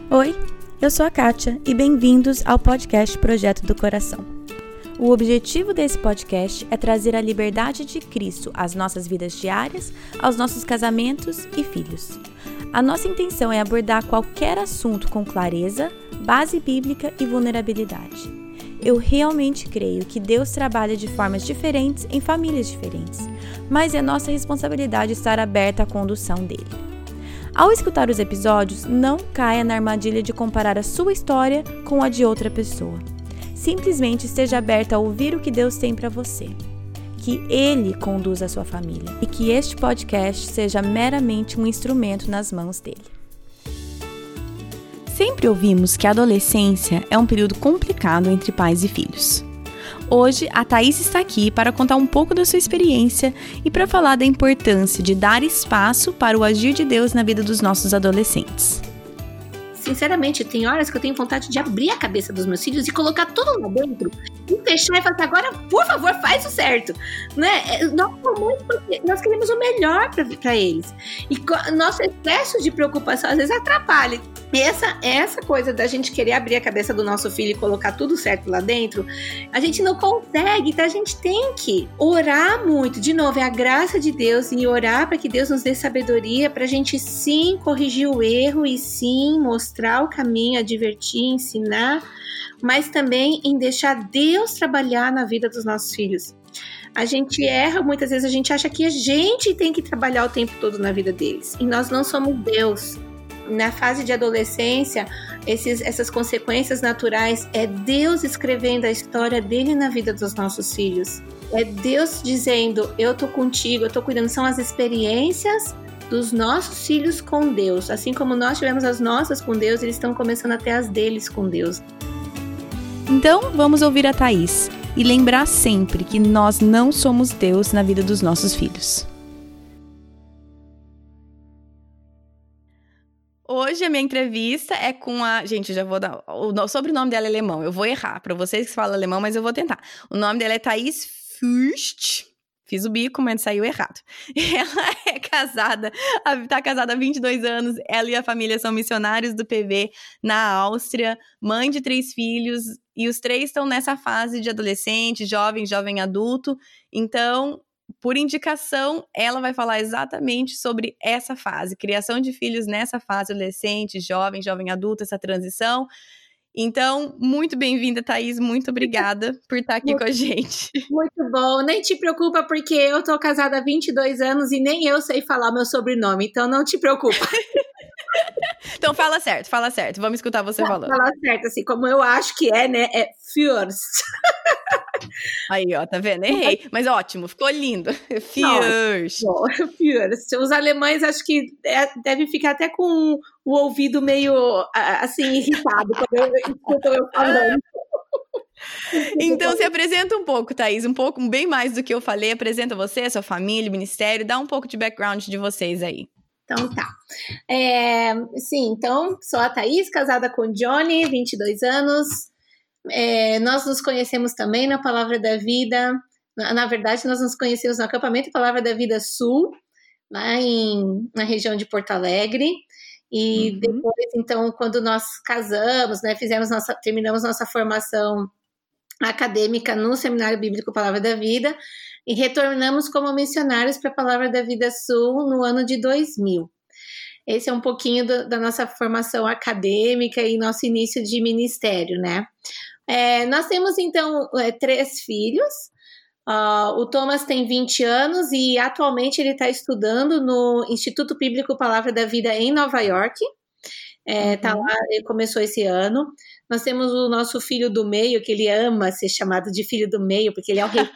Oi, eu sou a Kátia e bem-vindos ao podcast Projeto do Coração. O objetivo desse podcast é trazer a liberdade de Cristo às nossas vidas diárias, aos nossos casamentos e filhos. A nossa intenção é abordar qualquer assunto com clareza, base bíblica e vulnerabilidade. Eu realmente creio que Deus trabalha de formas diferentes em famílias diferentes, mas é nossa responsabilidade estar aberta à condução dele. Ao escutar os episódios, não caia na armadilha de comparar a sua história com a de outra pessoa. Simplesmente esteja aberta a ouvir o que Deus tem para você. Que Ele conduza a sua família e que este podcast seja meramente um instrumento nas mãos dele. Sempre ouvimos que a adolescência é um período complicado entre pais e filhos. Hoje, a Thaís está aqui para contar um pouco da sua experiência e para falar da importância de dar espaço para o agir de Deus na vida dos nossos adolescentes. Sinceramente, tem horas que eu tenho vontade de abrir a cabeça dos meus filhos e colocar tudo lá dentro e fechar e falar assim, agora, por favor, faz o certo. Né? Nós queremos o melhor para eles. E nosso excesso de preocupação às vezes atrapalha. E essa coisa da gente querer abrir a cabeça do nosso filho e colocar tudo certo lá dentro, a gente não consegue, então a gente tem que orar muito. De novo, é a graça de Deus e orar para que Deus nos dê sabedoria para a gente sim corrigir o erro e sim mostrar o caminho, advertir, ensinar, mas também em deixar Deus trabalhar na vida dos nossos filhos. A gente erra, muitas vezes a gente acha que a gente tem que trabalhar o tempo todo na vida deles, e nós não somos Deus. Na fase de adolescência, essas consequências naturais é Deus escrevendo a história dele na vida dos nossos filhos. É Deus dizendo, eu tô contigo, eu tô cuidando. São as experiências dos nossos filhos com Deus. Assim como nós tivemos as nossas com Deus, eles estão começando a ter as deles com Deus. Então, vamos ouvir a Thaís e lembrar sempre que nós não somos Deus na vida dos nossos filhos. Hoje a minha entrevista é com a... Gente, eu já vou dar... O sobrenome dela é alemão, eu vou errar. Para vocês que falam alemão, mas eu vou tentar. O nome dela é Thaís Fürst. Fiz o bico, mas saiu errado. Ela é casada, tá casada há 22 anos. Ela e a família são missionários do PV na Áustria. Mãe de 3 filhos. E os 3 estão nessa fase de adolescente, jovem adulto. Então... Por indicação, ela vai falar exatamente sobre essa fase, criação de filhos nessa fase, adolescente, jovem adulto, essa transição. Então, muito bem-vinda, Thaís, muito obrigada por estar aqui com a gente. Muito bom, nem te preocupa porque eu tô casada há 22 anos e nem eu sei falar meu sobrenome, então não te preocupa. Então fala certo, vamos escutar você falando. Fala certo, assim, como eu acho que é, né, é Fürst. Aí, ó, tá vendo? Errei, mas ótimo, ficou lindo. Fürst. Fürst. Os alemães acho que devem ficar até com o ouvido meio, assim, irritado quando eu escuto eu falando. Então, se apresenta um pouco, Thaís, bem mais do que eu falei. Apresenta você, sua família, o ministério, dá um pouco de background de vocês aí. Então tá. Sim, então, sou a Thaís, casada com o Johnny, 22 anos. Nós nos conhecemos também na Palavra da Vida. Na verdade, nós nos conhecemos no acampamento Palavra da Vida Sul, lá na região de Porto Alegre. E depois, então, quando nós casamos, né, terminamos nossa formação acadêmica no Seminário Bíblico Palavra da Vida e retornamos como missionários para a Palavra da Vida Sul no ano de 2000. Esse é um pouquinho da nossa formação acadêmica e nosso início de ministério, né? Nós temos, então, 3 filhos. O Thomas tem 20 anos e atualmente ele está estudando no Instituto Bíblico Palavra da Vida em Nova York. Tá lá, ele começou esse ano. Nós temos o nosso filho do meio, que ele ama ser chamado de filho do meio, porque ele é o rei.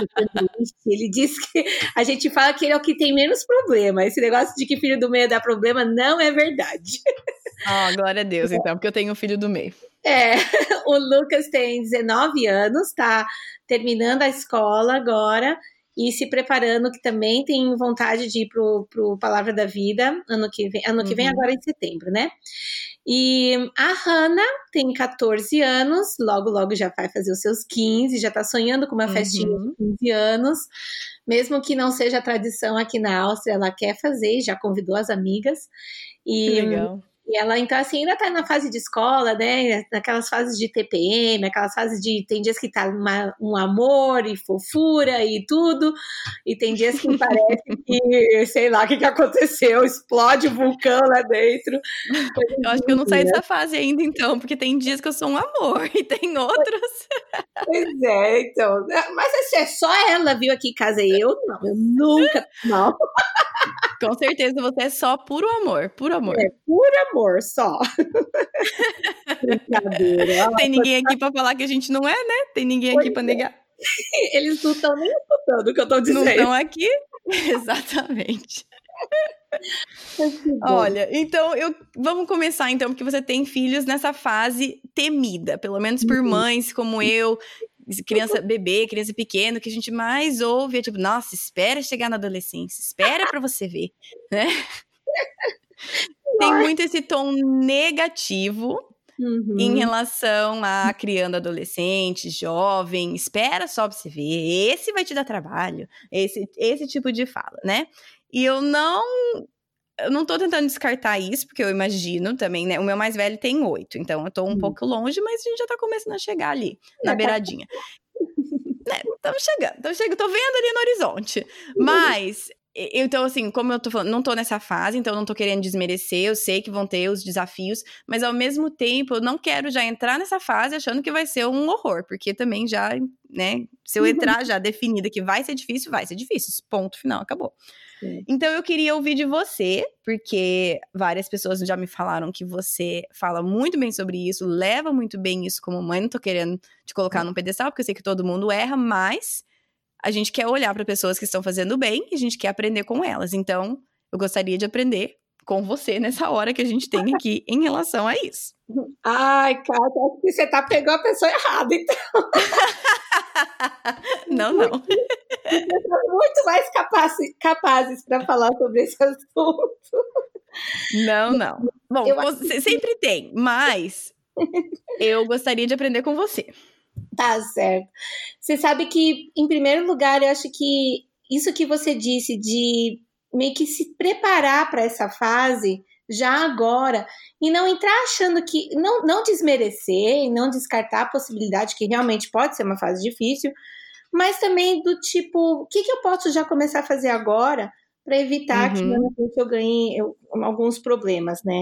Ele diz que a gente fala que ele é o que tem menos problema. Esse negócio de que filho do meio dá problema não é verdade. Glória a Deus, então, porque eu tenho um filho do meio. O Lucas tem 19 anos, tá terminando a escola agora e se preparando, que também tem vontade de ir pro Palavra da Vida ano que vem agora em setembro, né? E a Hannah tem 14 anos, logo já vai fazer os seus 15, já tá sonhando com uma festinha de 15 anos, mesmo que não seja a tradição aqui na Áustria, ela quer fazer, já convidou as amigas. Que legal. E ela, então, assim, ainda tá na fase de escola, né? Naquelas fases de TPM, aquelas fases de... Tem dias que tá um amor e fofura e tudo, e tem dias que parece que, sei lá, o que aconteceu, explode o vulcão lá dentro. Eu acho que eu não saí dessa fase ainda, então, porque tem dias que eu sou um amor e tem outros... Pois é, então. Mas assim, é só ela viu aqui em casa, eu nunca, não. Com certeza você é só puro amor, puro amor. É, puro amor, só. Brincadeira. Tem ninguém aqui pra falar que a gente não é, né? Tem ninguém aqui pra negar. Eles não estão nem escutando o que eu tô dizendo. Não estão aqui? Exatamente. Olha, então vamos começar então, porque você tem filhos nessa fase temida, pelo menos por mães como eu, criança bebê, criança pequena, que a gente mais ouve é tipo, nossa, espera chegar na adolescência, espera pra você ver, né? Tem muito esse tom negativo em relação a criando adolescente, jovem, espera só pra você ver, esse vai te dar trabalho, esse tipo de fala, né? E eu não tô tentando descartar isso, porque eu imagino também, né? O meu mais velho tem 8, então eu tô um pouco longe, mas a gente já tá começando a chegar ali, na beiradinha. Né? Estamos chegando, tô vendo ali no horizonte. Mas, então assim, como eu tô falando, não tô nessa fase, então eu não tô querendo desmerecer, eu sei que vão ter os desafios, mas ao mesmo tempo eu não quero já entrar nessa fase achando que vai ser um horror, porque também já, né, se eu entrar já definida que vai ser difícil, ponto final, acabou. Então eu queria ouvir de você, porque várias pessoas já me falaram que você fala muito bem sobre isso, leva muito bem isso como mãe, não tô querendo te colocar num pedestal, porque eu sei que todo mundo erra, mas a gente quer olhar para pessoas que estão fazendo bem e a gente quer aprender com elas. Então eu gostaria de aprender com você nessa hora que a gente tem aqui em relação a isso. Ai, cara, acho que você pegando a pessoa errada, então. Não. Vocês são muito mais capazes para falar sobre esse assunto. Não. Bom, você sempre tem, mas eu gostaria de aprender com você. Tá certo. Você sabe que, em primeiro lugar, eu acho que isso que você disse de meio que se preparar para essa fase já agora e não entrar achando que não desmerecer e não descartar a possibilidade que realmente pode ser uma fase difícil, mas também do tipo, o que eu posso já começar a fazer agora para evitar que eu ganhe alguns problemas, né?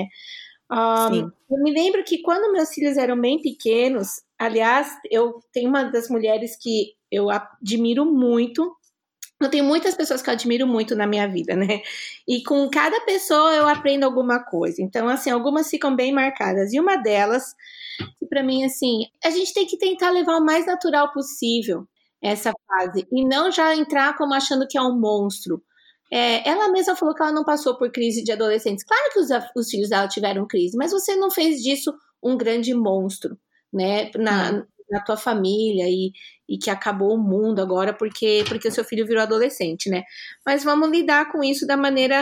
Eu me lembro que quando meus filhos eram bem pequenos, aliás, eu tenho uma das mulheres que eu admiro muito. Eu tenho muitas pessoas que eu admiro muito na minha vida, né? E com cada pessoa eu aprendo alguma coisa. Então, assim, algumas ficam bem marcadas. E uma delas, que pra mim, assim, a gente tem que tentar levar o mais natural possível essa fase. E não já entrar como achando que é um monstro. Ela mesma falou que ela não passou por crise de adolescentes. Claro que os filhos dela tiveram crise, mas você não fez disso um grande monstro, né? Na tua família e que acabou o mundo agora porque o seu filho virou adolescente, né? Mas vamos lidar com isso da maneira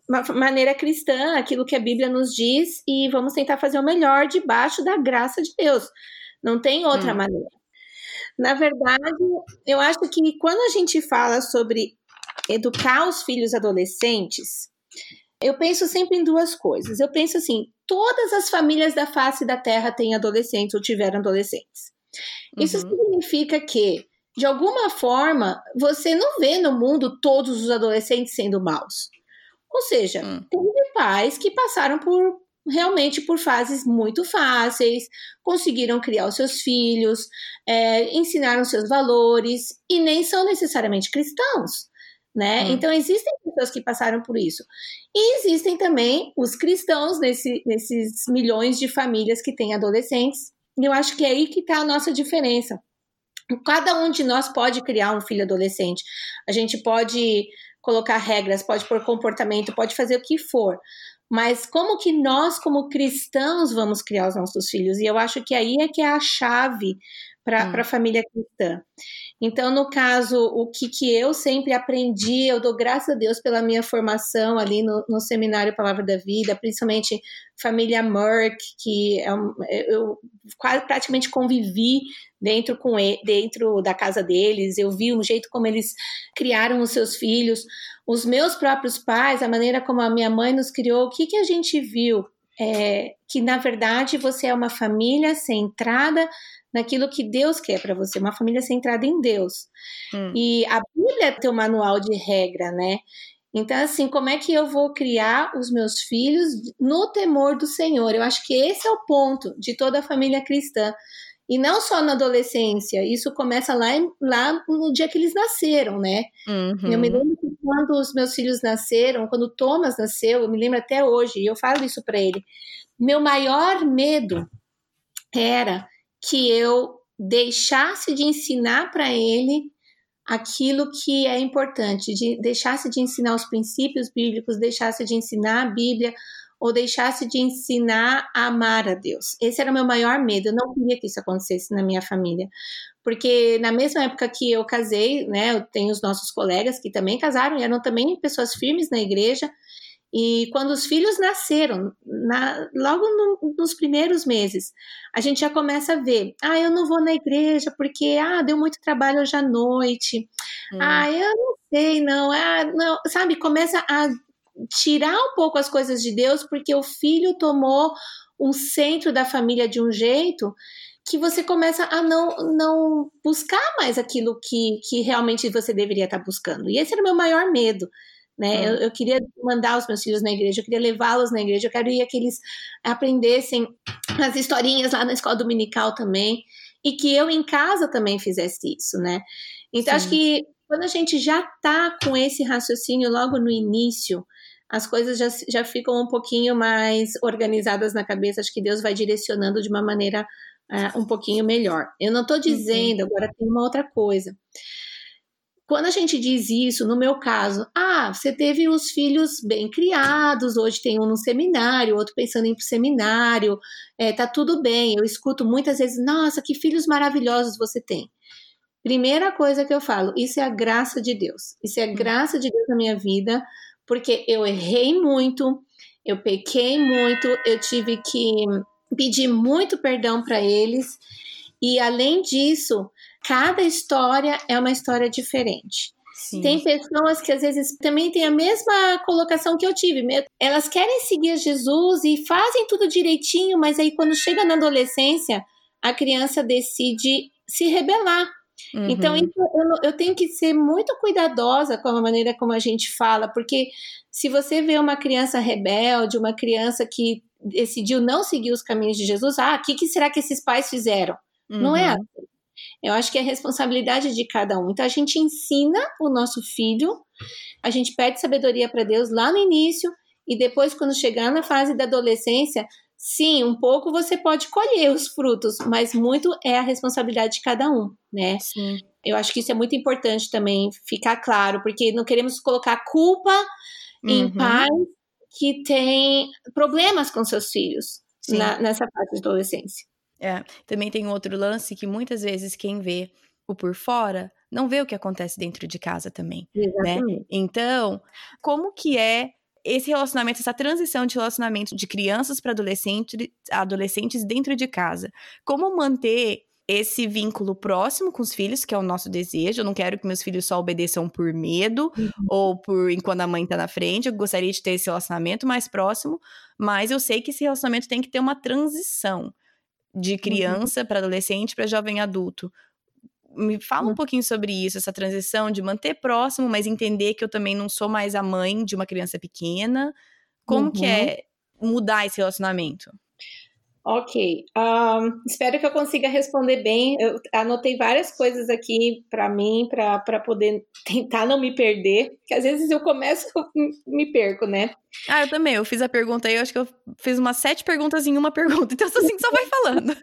cristã, aquilo que a Bíblia nos diz, e vamos tentar fazer o melhor debaixo da graça de Deus. Não tem outra maneira. Na verdade, eu acho que quando a gente fala sobre educar os filhos adolescentes, eu penso sempre em duas coisas. Eu penso assim, todas as famílias da face da terra têm adolescentes ou tiveram adolescentes. Isso significa que, de alguma forma, você não vê no mundo todos os adolescentes sendo maus. Ou seja, tem pais que passaram realmente por fases muito fáceis, conseguiram criar os seus filhos, ensinaram seus valores e nem são necessariamente cristãos, né? Então, existem pessoas que passaram por isso. E existem também os cristãos nesses milhões de famílias que têm adolescentes. E eu acho que é aí que está a nossa diferença. Cada um de nós pode criar um filho adolescente. A gente pode colocar regras, pode pôr comportamento, pode fazer o que for. Mas como que nós, como cristãos, vamos criar os nossos filhos? E eu acho que aí é que é a chave para a família cristã. Então, no caso, o que eu sempre aprendi, eu dou graças a Deus pela minha formação ali no Seminário Palavra da Vida, principalmente família Merck, que eu praticamente convivi dentro da casa deles, eu vi o jeito como eles criaram os seus filhos, os meus próprios pais, a maneira como a minha mãe nos criou, o que a gente viu que na verdade você é uma família centrada naquilo que Deus quer para você, uma família centrada em Deus. E a Bíblia tem um manual de regra, né? Então, assim, como é que eu vou criar os meus filhos no temor do Senhor? Eu acho que esse é o ponto de toda a família cristã. E não só na adolescência, isso começa lá no dia que eles nasceram, né? Eu me lembro que quando os meus filhos nasceram, quando o Thomas nasceu, eu me lembro até hoje, e eu falo isso para ele, meu maior medo era que eu deixasse de ensinar para ele aquilo que é importante, deixasse de ensinar os princípios bíblicos, deixasse de ensinar a Bíblia, ou deixasse de ensinar a amar a Deus. Esse era o meu maior medo, eu não queria que isso acontecesse na minha família, porque na mesma época que eu casei, né, eu tenho os nossos colegas que também casaram e eram também pessoas firmes na igreja, e quando os filhos nasceram, logo nos primeiros meses, a gente já começa a ver, eu não vou na igreja porque, deu muito trabalho hoje à noite, eu não sei, não, sabe, começa a tirar um pouco as coisas de Deus, porque o filho tomou um centro da família de um jeito que você começa a não buscar mais aquilo que realmente você deveria estar buscando. E esse era o meu maior medo, né? Eu queria mandar os meus filhos na igreja, eu queria levá-los na igreja, eu queria que eles aprendessem as historinhas lá na escola dominical também, e que eu em casa também fizesse isso, né? Então, acho que quando a gente já está com esse raciocínio logo no início, as coisas já ficam um pouquinho mais organizadas na cabeça, acho que Deus vai direcionando de uma maneira um pouquinho melhor. Eu não estou dizendo, agora tem uma outra coisa. Quando a gente diz isso, no meu caso, você teve os filhos bem criados, hoje tem um no seminário, outro pensando em ir para o seminário, tá tudo bem. Eu escuto muitas vezes, nossa, que filhos maravilhosos você tem. Primeira coisa que eu falo, isso é a graça de Deus. Isso é a graça de Deus na minha vida, porque eu errei muito, eu pequei muito, eu tive que pedir muito perdão para eles, e além disso, cada história é uma história diferente. Sim. Tem pessoas que às vezes também têm a mesma colocação que eu tive. Elas querem seguir Jesus e fazem tudo direitinho, mas aí quando chega na adolescência, a criança decide se rebelar. Então, eu tenho que ser muito cuidadosa com a maneira como a gente fala, porque se você vê uma criança rebelde, uma criança que decidiu não seguir os caminhos de Jesus, o que será que esses pais fizeram? Não é assim. Eu acho que é responsabilidade de cada um. Então, a gente ensina o nosso filho, a gente pede sabedoria para Deus lá no início, e depois, quando chegar na fase da adolescência, sim, um pouco você pode colher os frutos, mas muito é a responsabilidade de cada um, né? Sim. Eu acho que isso é muito importante também ficar claro, porque não queremos colocar culpa em pais que têm problemas com seus filhos nessa fase de adolescência. Também tem outro lance que muitas vezes quem vê o por fora não vê o que acontece dentro de casa também, Exatamente. Né? Então, como que é esse relacionamento, essa transição de relacionamento de crianças para adolescentes dentro de casa? Como manter esse vínculo próximo com os filhos, que é o nosso desejo? Eu não quero que meus filhos só obedeçam por medo ou por enquanto a mãe tá na frente. Eu gostaria de ter esse relacionamento mais próximo, mas eu sei que esse relacionamento tem que ter uma transição de criança para adolescente para jovem adulto. Me fala um pouquinho sobre isso, essa transição de manter próximo, mas entender que eu também não sou mais a mãe de uma criança pequena. Como que é mudar esse relacionamento? Ok, espero que eu consiga responder bem. Eu anotei várias coisas aqui para mim, para poder tentar não me perder, porque às vezes eu começo e me perco, né? Eu também, eu fiz a pergunta aí, eu acho que eu fiz umas 7 perguntas em uma pergunta, então assim, só vai falando.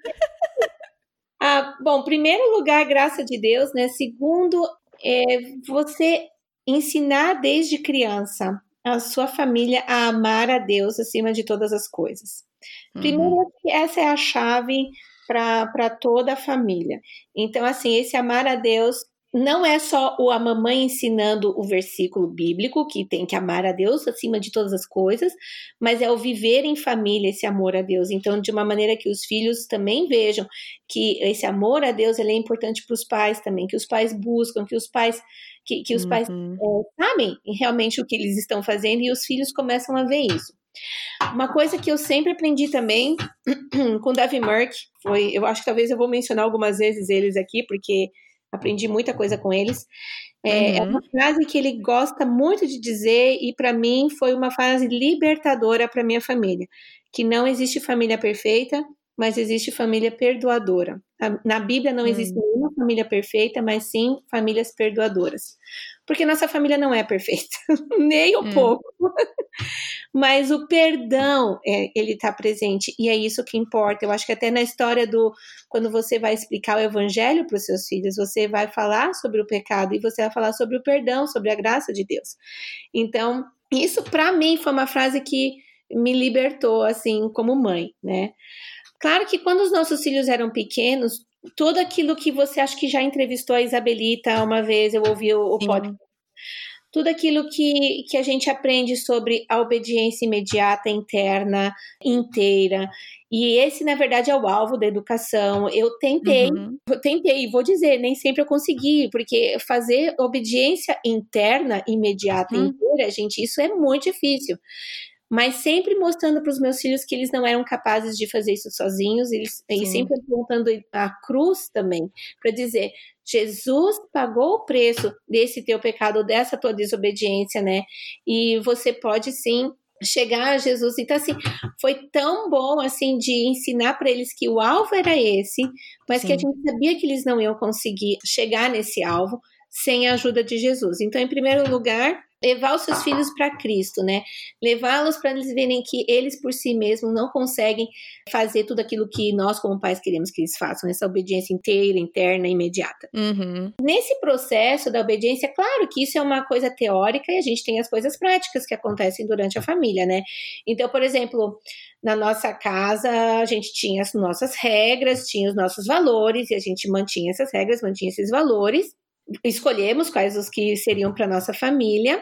Bom, primeiro lugar, graça de Deus, né? Segundo, você ensinar desde criança a sua família a amar a Deus acima de todas as coisas. Primeiro, essa é a chave para toda a família. Então, assim, esse amar a Deus não é só a mamãe ensinando o versículo bíblico, que tem que amar a Deus acima de todas as coisas, mas é o viver em família, esse amor a Deus. Então, de uma maneira que os filhos também vejam que esse amor a Deus ele é importante para os pais também, que os pais buscam, que os pais sabem realmente o que eles estão fazendo, e os filhos começam a ver isso. Uma coisa que eu sempre aprendi também com o Davi Merck, eu acho que talvez eu vou mencionar algumas vezes eles aqui, porque aprendi muita coisa com eles. É uma frase que ele gosta muito de dizer, e para mim foi uma frase libertadora para minha família, que não existe família perfeita, mas existe família perdoadora. Na Bíblia não existe nenhuma família perfeita, mas sim famílias perdoadoras. Porque nossa família não é perfeita, nem um pouco. Mas o perdão, ele está presente, e é isso que importa. Eu acho que até na história quando você vai explicar o evangelho para os seus filhos, você vai falar sobre o pecado, e você vai falar sobre o perdão, sobre a graça de Deus. Então, isso para mim foi uma frase que me libertou, assim, como mãe, né? Claro que quando os nossos filhos eram pequenos, tudo aquilo que você acha que já entrevistou a Isabelita uma vez, eu ouvi o podcast, tudo aquilo que a gente aprende sobre a obediência imediata, interna, inteira, e esse, na verdade, é o alvo da educação. Eu tentei, vou dizer, nem sempre eu consegui, porque fazer obediência interna, imediata, inteira, gente, isso é muito difícil. Mas sempre mostrando para os meus filhos que eles não eram capazes de fazer isso sozinhos, e sempre apontando a cruz também, para dizer, Jesus pagou o preço desse teu pecado, dessa tua desobediência, né? E você pode sim chegar a Jesus. Então, assim, foi tão bom, assim, de ensinar para eles que o alvo era esse, mas que a gente sabia que eles não iam conseguir chegar nesse alvo sem a ajuda de Jesus. Então, em primeiro lugar, levar os seus filhos para Cristo, né? Levá-los para eles verem que eles por si mesmos não conseguem fazer tudo aquilo que nós como pais queremos que eles façam, essa obediência inteira, interna, imediata. Nesse processo da obediência, claro que isso é uma coisa teórica e a gente tem as coisas práticas que acontecem durante a família, né? Então, por exemplo, na nossa casa a gente tinha as nossas regras, tinha os nossos valores e a gente mantinha essas regras, mantinha esses valores. Escolhemos quais os que seriam para nossa família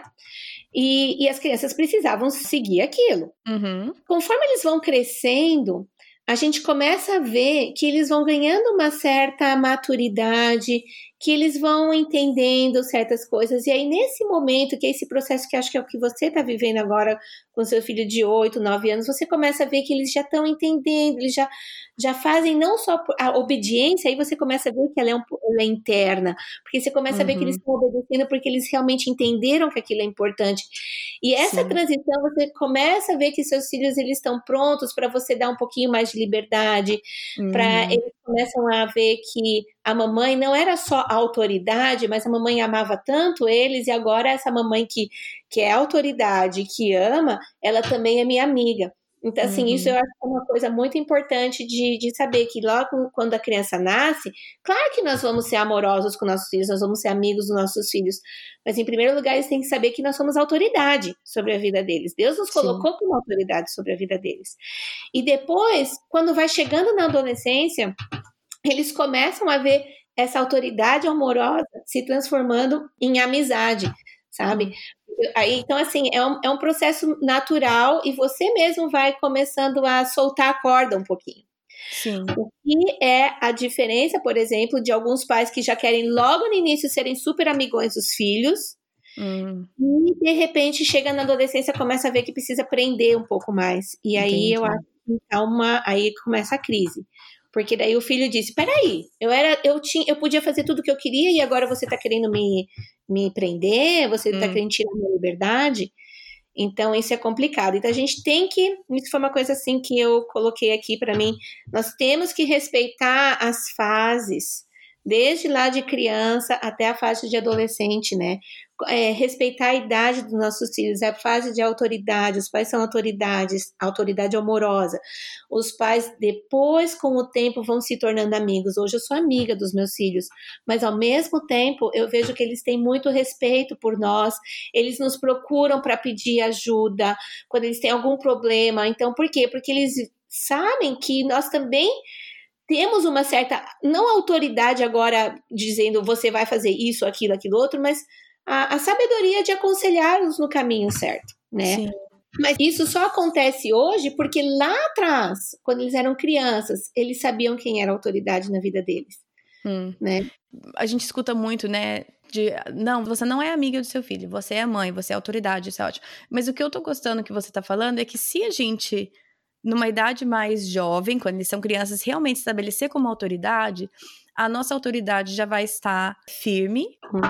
e as crianças precisavam seguir aquilo. Conforme eles vão crescendo, a gente começa a ver que eles vão ganhando uma certa maturidade, que eles vão entendendo certas coisas, e aí nesse momento, que é esse processo que acho que é o que você está vivendo agora com seu filho de 8, 9 anos, você começa a ver que eles já estão entendendo, eles já fazem não só a obediência, aí você começa a ver que ela é interna, porque você começa a ver que eles estão obedecendo porque eles realmente entenderam que aquilo é importante. E essa transição, você começa a ver que seus filhos eles estão prontos para você dar um pouquinho mais de liberdade, para eles começam a ver que a mamãe não era só a autoridade, mas a mamãe amava tanto eles, e agora essa mamãe que é autoridade, que ama, ela também é minha amiga. Então, assim, isso eu acho que é uma coisa muito importante de saber que logo quando a criança nasce, claro que nós vamos ser amorosos com nossos filhos, nós vamos ser amigos dos nossos filhos, mas em primeiro lugar eles têm que saber que nós somos autoridade sobre a vida deles. Deus nos colocou como autoridade sobre a vida deles. E depois, quando vai chegando na adolescência, eles começam a ver essa autoridade amorosa se transformando em amizade, sabe? Então, assim, é um processo natural e você mesmo vai começando a soltar a corda um pouquinho. O que é a diferença, por exemplo, de alguns pais que já querem logo no início serem super amigões dos filhos e, de repente, chega na adolescência e começa a ver que precisa aprender um pouco mais. E aí, eu acho que aí começa a crise. Porque daí o filho disse, peraí, eu podia fazer tudo o que eu queria e agora você tá querendo me prender, você tá querendo tirar minha liberdade. Então isso é complicado. Então a gente tem que, isso foi uma coisa assim que eu coloquei aqui para mim, nós temos que respeitar as fases, desde lá de criança até a fase de adolescente, né? Respeitar a idade dos nossos filhos, a fase de autoridade, os pais são autoridades, autoridade amorosa. Os pais, depois, com o tempo, vão se tornando amigos. Hoje eu sou amiga dos meus filhos, mas ao mesmo tempo eu vejo que eles têm muito respeito por nós, eles nos procuram para pedir ajuda, quando eles têm algum problema. Então, por quê? Porque eles sabem que nós também temos uma certa, não autoridade agora dizendo você vai fazer isso, aquilo, aquilo outro, mas a sabedoria de aconselhá-los no caminho certo, né? Sim. Mas isso só acontece hoje porque lá atrás, quando eles eram crianças, eles sabiam quem era a autoridade na vida deles. né? A gente escuta muito, né, não, você não é amiga do seu filho, você é mãe, você é autoridade, isso é ótimo. Mas o que eu tô gostando que você tá falando é que se a gente, numa idade mais jovem, quando eles são crianças, realmente estabelecer como autoridade, a nossa autoridade já vai estar firme,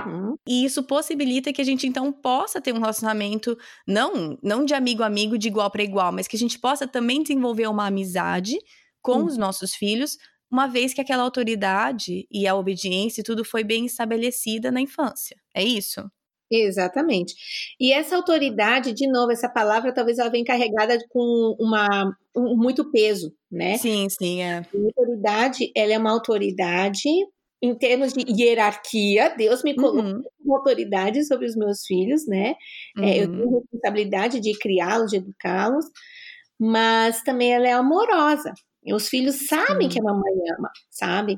e isso possibilita que a gente, então, possa ter um relacionamento, não de amigo a amigo, de igual para igual, mas que a gente possa também desenvolver uma amizade com os nossos filhos, uma vez que aquela autoridade e a obediência e tudo foi bem estabelecida na infância. É isso? Exatamente. E essa autoridade, de novo, essa palavra talvez ela venha carregada com muito peso, né? Sim, é. A autoridade, ela é uma autoridade em termos de hierarquia. Deus me colocou como autoridade sobre os meus filhos, né? Eu tenho a responsabilidade de criá-los, de educá-los, mas também ela é amorosa. E os filhos sabem que a mamãe ama, sabe?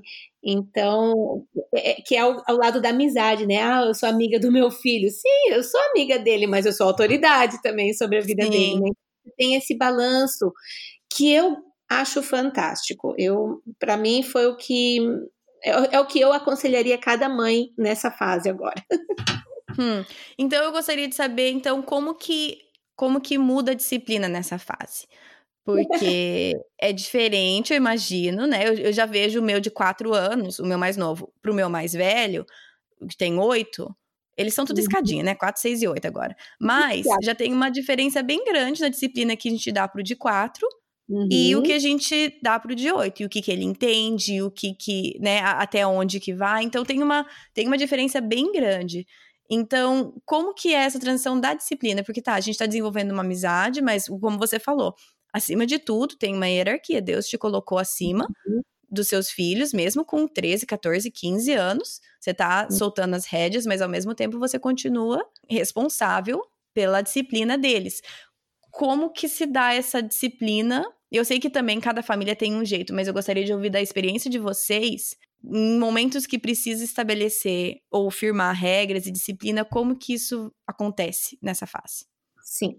Então, que é ao lado da amizade, né? Eu sou amiga do meu filho. Sim, eu sou amiga dele, mas eu sou autoridade também sobre a vida dele, né? Tem esse balanço que eu acho fantástico. Para mim, foi o que... É o que eu aconselharia cada mãe nessa fase agora. Então, eu gostaria de saber, então, como que muda a disciplina nessa fase? Porque é diferente, eu imagino, né? Eu já vejo o meu de 4 anos, o meu mais novo, pro meu mais velho, que tem 8, eles são tudo escadinha, né? 4, 6 e 8 agora. Mas já tem uma diferença bem grande na disciplina que a gente dá pro de 4 e o que a gente dá pro de 8. E o que ele entende, o que né? Até onde que vai. Então, tem uma diferença bem grande. Então, como que é essa transição da disciplina? Porque a gente tá desenvolvendo uma amizade, mas como você falou, acima de tudo, tem uma hierarquia. Deus te colocou acima dos seus filhos, mesmo com 13, 14, 15 anos. Você tá soltando as rédeas, mas ao mesmo tempo você continua responsável pela disciplina deles. Como que se dá essa disciplina? Eu sei que também cada família tem um jeito, mas eu gostaria de ouvir da experiência de vocês, em momentos que precisa estabelecer ou firmar regras e disciplina, como que isso acontece nessa fase? Sim.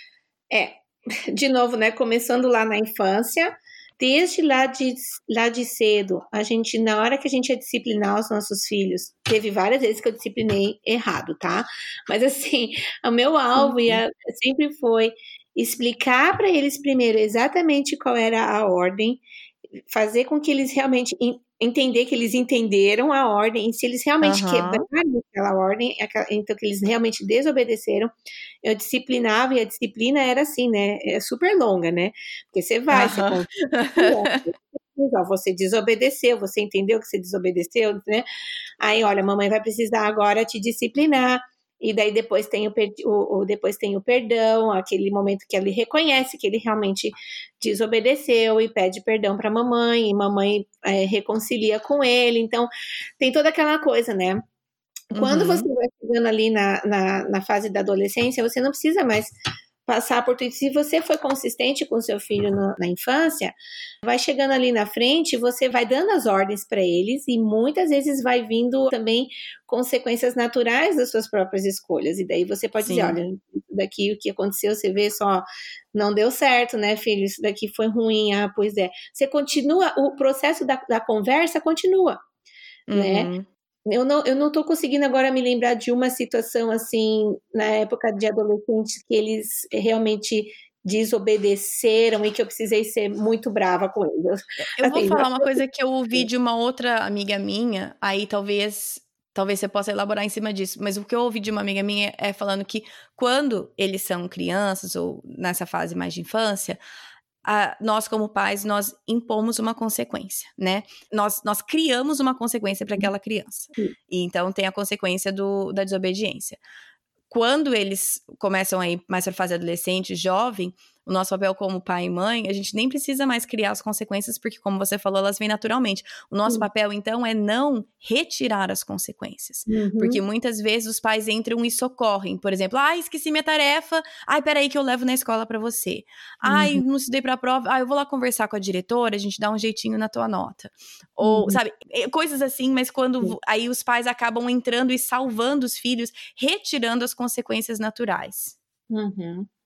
De novo, né, começando lá na infância, desde lá de cedo, a gente, na hora que a gente ia disciplinar os nossos filhos, teve várias vezes que eu disciplinei errado, tá? Mas assim, o meu alvo sempre foi explicar para eles primeiro exatamente qual era a ordem, fazer com que eles realmente entender que eles entenderam a ordem, e se eles realmente quebraram aquela ordem, então que eles realmente desobedeceram, eu disciplinava, e a disciplina era assim, né, é super longa, né, porque você vai, você desobedeceu, você entendeu que você desobedeceu, né, aí olha, mamãe vai precisar agora te disciplinar, e daí depois tem o perdão, aquele momento que ele reconhece que ele realmente desobedeceu e pede perdão para a mamãe, e mamãe reconcilia com ele. Então, tem toda aquela coisa, né? Quando você vai chegando ali na fase da adolescência, você não precisa mais passar por tudo. Se você foi consistente com seu filho na infância, vai chegando ali na frente, você vai dando as ordens para eles, e muitas vezes vai vindo também consequências naturais das suas próprias escolhas, e daí você pode dizer, olha, isso daqui, o que aconteceu, você vê só, não deu certo, né, filho, isso daqui foi ruim, pois é. Você continua, o processo da conversa continua, né? Eu não tô conseguindo agora me lembrar de uma situação assim, na época de adolescente, que eles realmente desobedeceram e que eu precisei ser muito brava com eles. Eu vou falar uma coisa que eu ouvi de uma outra amiga minha, aí talvez você possa elaborar em cima disso, mas o que eu ouvi de uma amiga minha é falando que quando eles são crianças ou nessa fase mais de infância, nós como pais, nós impomos uma consequência, né? Nós criamos uma consequência para aquela criança. E então tem a consequência da desobediência. Quando eles começam a ir mais para a fase adolescente, jovem, o nosso papel como pai e mãe, a gente nem precisa mais criar as consequências, porque, como você falou, elas vêm naturalmente. O nosso papel, então, é não retirar as consequências. Porque muitas vezes os pais entram e socorrem. Por exemplo, esqueci minha tarefa. Peraí que eu levo na escola para você. Não estudei para a prova. Eu vou lá conversar com a diretora, a gente dá um jeitinho na tua nota. Ou, sabe, coisas assim, mas quando aí os pais acabam entrando e salvando os filhos, retirando as consequências naturais.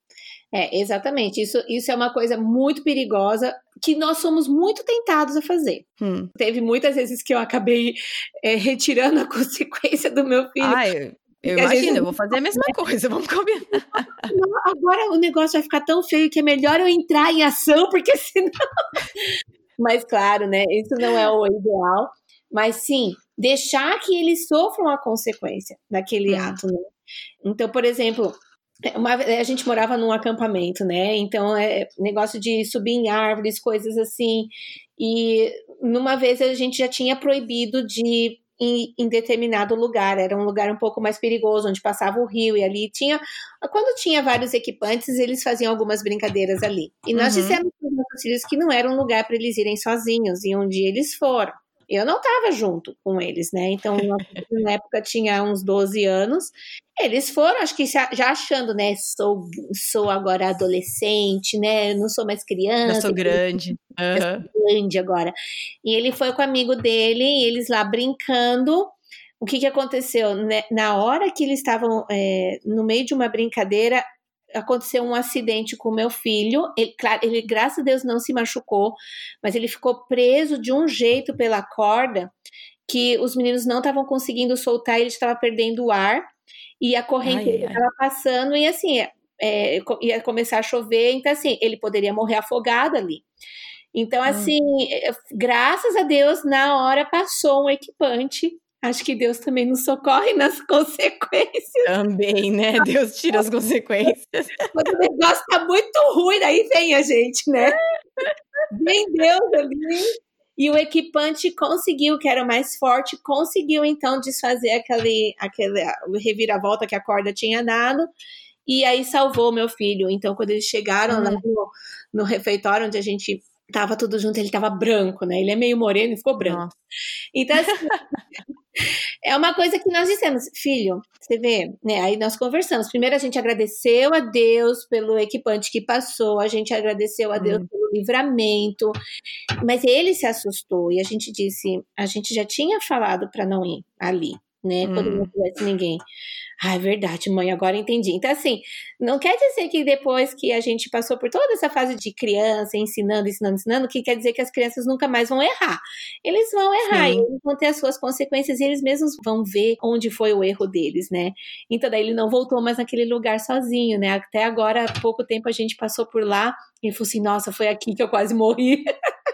Exatamente. Isso é uma coisa muito perigosa que nós somos muito tentados a fazer. Teve muitas vezes que eu acabei retirando a consequência do meu filho. Eu imagino, eu vou fazer a mesma coisa, vamos combinar. Agora o negócio vai ficar tão feio que é melhor eu entrar em ação, porque senão... Mas claro, né, isso não é o ideal. Mas sim, deixar que eles sofram a consequência daquele ato, né? Então, por exemplo, a gente morava num acampamento, né? Então, negócio de subir em árvores, coisas assim. E numa vez a gente já tinha proibido de ir em determinado lugar. Era um lugar um pouco mais perigoso, onde passava o rio. E ali quando tinha vários equipantes, eles faziam algumas brincadeiras ali. E nós dissemos para os nossos filhos que não era um lugar para eles irem sozinhos. E um dia eles foram. Eu não estava junto com eles, né? Então, na época tinha uns 12 anos. Eles foram, acho que já achando, né? Sou agora adolescente, né? Não sou mais criança. Eu sou grande. Eu sou grande agora. E ele foi com o amigo dele, e eles lá brincando. O que aconteceu? Na hora que eles estavam no meio de uma brincadeira, aconteceu um acidente com o meu filho. Ele, graças a Deus, não se machucou, mas ele ficou preso de um jeito pela corda que os meninos não estavam conseguindo soltar, ele estava perdendo o ar e a corrente estava passando e assim, ia começar a chover, então assim, ele poderia morrer afogado ali. Então assim, graças a Deus, na hora passou um equipante. Acho que Deus também nos socorre nas consequências. Também, né? Deus tira as consequências. Quando o negócio tá muito ruim, daí vem a gente, né? Vem Deus ali. E o equipante conseguiu, que era o mais forte, conseguiu então desfazer aquele reviravolta que a corda tinha dado. E aí salvou meu filho. Então, quando eles chegaram lá no refeitório, onde a gente tava tudo junto, ele tava branco, né? Ele é meio moreno e ficou branco. Nossa. Então, assim, é uma coisa que nós dissemos, filho, você vê, né? Aí nós conversamos. Primeiro a gente agradeceu a Deus pelo equipante que passou, a gente agradeceu a Deus pelo livramento, mas ele se assustou e a gente disse, a gente já tinha falado para não ir ali, né? Quando não tivesse ninguém. É verdade, mãe, agora entendi. Então, assim, não quer dizer que depois que a gente passou por toda essa fase de criança, ensinando, que quer dizer que as crianças nunca mais vão errar. Eles vão errar e eles vão ter as suas consequências e eles mesmos vão ver onde foi o erro deles, né? Então, daí ele não voltou mais naquele lugar sozinho, né? Até agora, há pouco tempo, a gente passou por lá e ele falou assim, nossa, foi aqui que eu quase morri.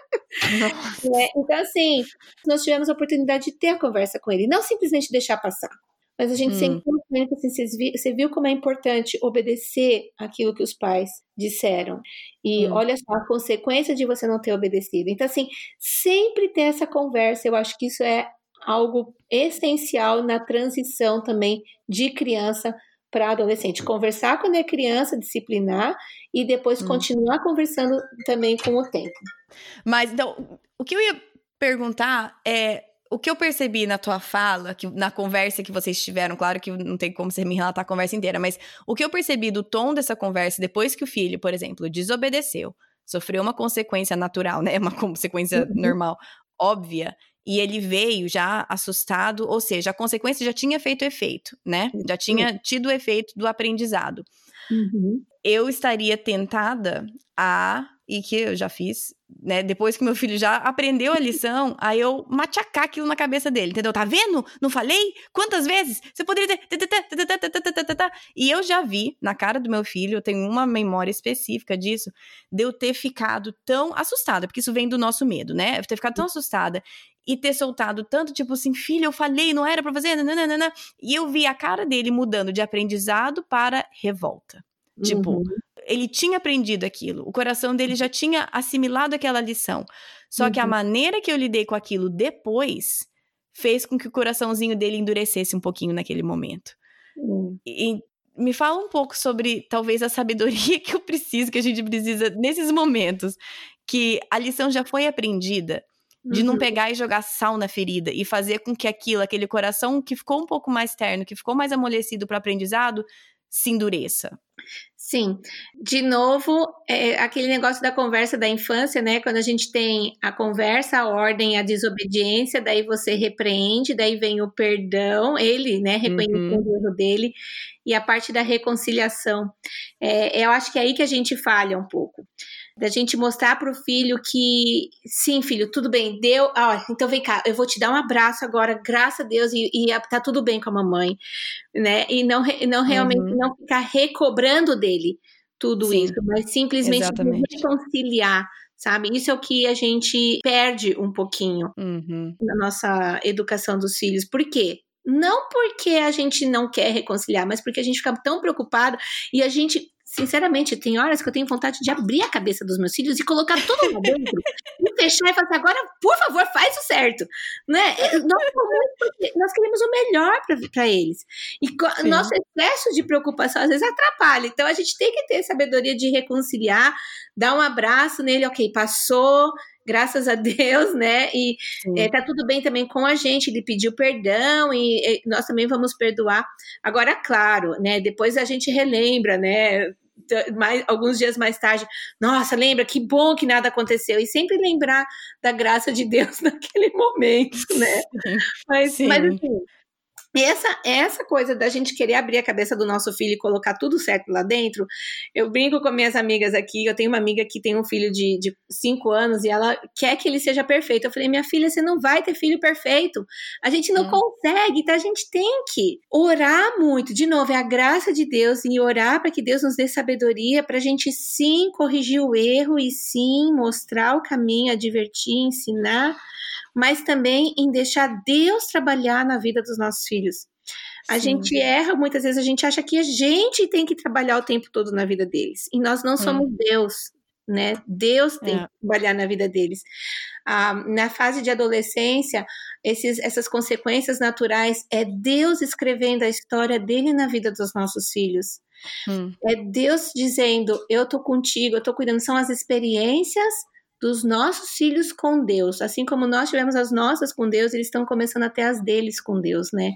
Então, assim, nós tivemos a oportunidade de ter a conversa com ele, não simplesmente deixar passar. Mas a gente sempre assim, você viu como é importante obedecer aquilo que os pais disseram. E olha só a consequência de você não ter obedecido. Então, assim, sempre ter essa conversa, eu acho que isso é algo essencial na transição também de criança para adolescente. Conversar quando é criança, disciplinar, e depois continuar conversando também com o tempo. Mas, então, o que eu ia perguntar é... O que eu percebi na tua fala, na conversa que vocês tiveram, claro que não tem como você me relatar a conversa inteira, mas o que eu percebi do tom dessa conversa, depois que o filho, por exemplo, desobedeceu, sofreu uma consequência natural, né? Uma consequência normal, óbvia, e ele veio já assustado, ou seja, a consequência já tinha feito efeito, né? Já tinha tido o efeito do aprendizado. Eu estaria tentada e que eu já fiz, né, depois que meu filho já aprendeu a lição, aí eu machacar aquilo na cabeça dele, entendeu? Tá vendo? Não falei? Quantas vezes? Você poderia ter... E eu já vi na cara do meu filho, eu tenho uma memória específica disso, de eu ter ficado tão assustada, porque isso vem do nosso medo, né? Eu ter ficado tão assustada e ter soltado tanto, tipo assim, filho, eu falei, não era pra fazer, nananana. E eu vi a cara dele mudando de aprendizado para revolta. Tipo, ele tinha aprendido aquilo, o coração dele já tinha assimilado aquela lição. Só que a maneira que eu lidei com aquilo depois fez com que o coraçãozinho dele endurecesse um pouquinho naquele momento. E me fala um pouco sobre, talvez, a sabedoria que a gente precisa nesses momentos, que a lição já foi aprendida, de não pegar e jogar sal na ferida e fazer com que aquele coração que ficou um pouco mais terno, que ficou mais amolecido para o aprendizado, se endureça. Sim, de novo, aquele negócio da conversa da infância, né? Quando a gente tem a conversa, a ordem, a desobediência, daí você repreende, daí vem o perdão, ele, né, reconhecendo o erro dele, e a parte da reconciliação. Eu acho que é aí que a gente falha um pouco. Da gente mostrar para o filho que, sim, filho, tudo bem, deu, então vem cá, eu vou te dar um abraço agora, graças a Deus, e tá tudo bem com a mamãe, né? E não realmente não ficar recobrando dele tudo Sim, isso, mas simplesmente reconciliar, sabe? Isso é o que a gente perde um pouquinho na nossa educação dos filhos. Por quê? Não porque a gente não quer reconciliar, mas porque a gente fica tão preocupado e a gente, sinceramente, tem horas que eu tenho vontade de abrir a cabeça dos meus filhos e colocar tudo lá dentro e fechar e falar assim, agora, por favor, faz o certo, né? Nós queremos o melhor para eles. E nosso excesso de preocupação às vezes atrapalha. Então a gente tem que ter sabedoria de reconciliar, dar um abraço nele, ok, passou, graças a Deus, né? E tá tudo bem também com a gente, ele pediu perdão e nós também vamos perdoar. Agora, claro, né? Depois a gente relembra, né? Alguns dias mais tarde, nossa, lembra, que bom que nada aconteceu, e sempre lembrar da graça de Deus naquele momento, né? Mas assim, essa coisa da gente querer abrir a cabeça do nosso filho e colocar tudo certo lá dentro, eu brinco com minhas amigas aqui, eu tenho uma amiga que tem um filho de 5 anos e ela quer que ele seja perfeito. Eu falei, minha filha, você não vai ter filho perfeito, a gente não consegue, então a gente tem que orar muito, de novo, é a graça de Deus, e orar para que Deus nos dê sabedoria, para a gente sim corrigir o erro e sim mostrar o caminho, advertir, ensinar, mas também em deixar Deus trabalhar na vida dos nossos filhos. A gente erra, muitas vezes a gente acha que a gente tem que trabalhar o tempo todo na vida deles, e nós não somos Deus, né? Deus tem que trabalhar na vida deles. Na fase de adolescência, essas consequências naturais, é Deus escrevendo a história dele na vida dos nossos filhos. É Deus dizendo, eu tô contigo, eu tô cuidando, são as experiências dos nossos filhos com Deus, assim como nós tivemos as nossas com Deus, eles estão começando a ter as deles com Deus, né?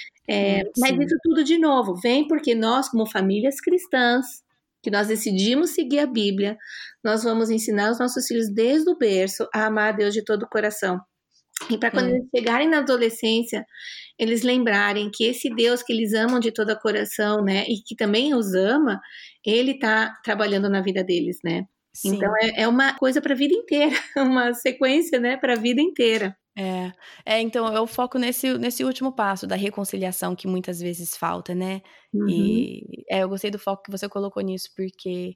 Mas isso tudo, de novo, vem porque nós, como famílias cristãs, que nós decidimos seguir a Bíblia, nós vamos ensinar os nossos filhos desde o berço a amar a Deus de todo o coração. E para quando eles chegarem na adolescência, eles lembrarem que esse Deus que eles amam de todo o coração, né, e que também os ama, ele está trabalhando na vida deles, né? Sim. Então é uma coisa para a vida inteira, uma sequência, né, para a vida inteira. Então eu foco nesse último passo da reconciliação que muitas vezes falta, né? E eu gostei do foco que você colocou nisso, porque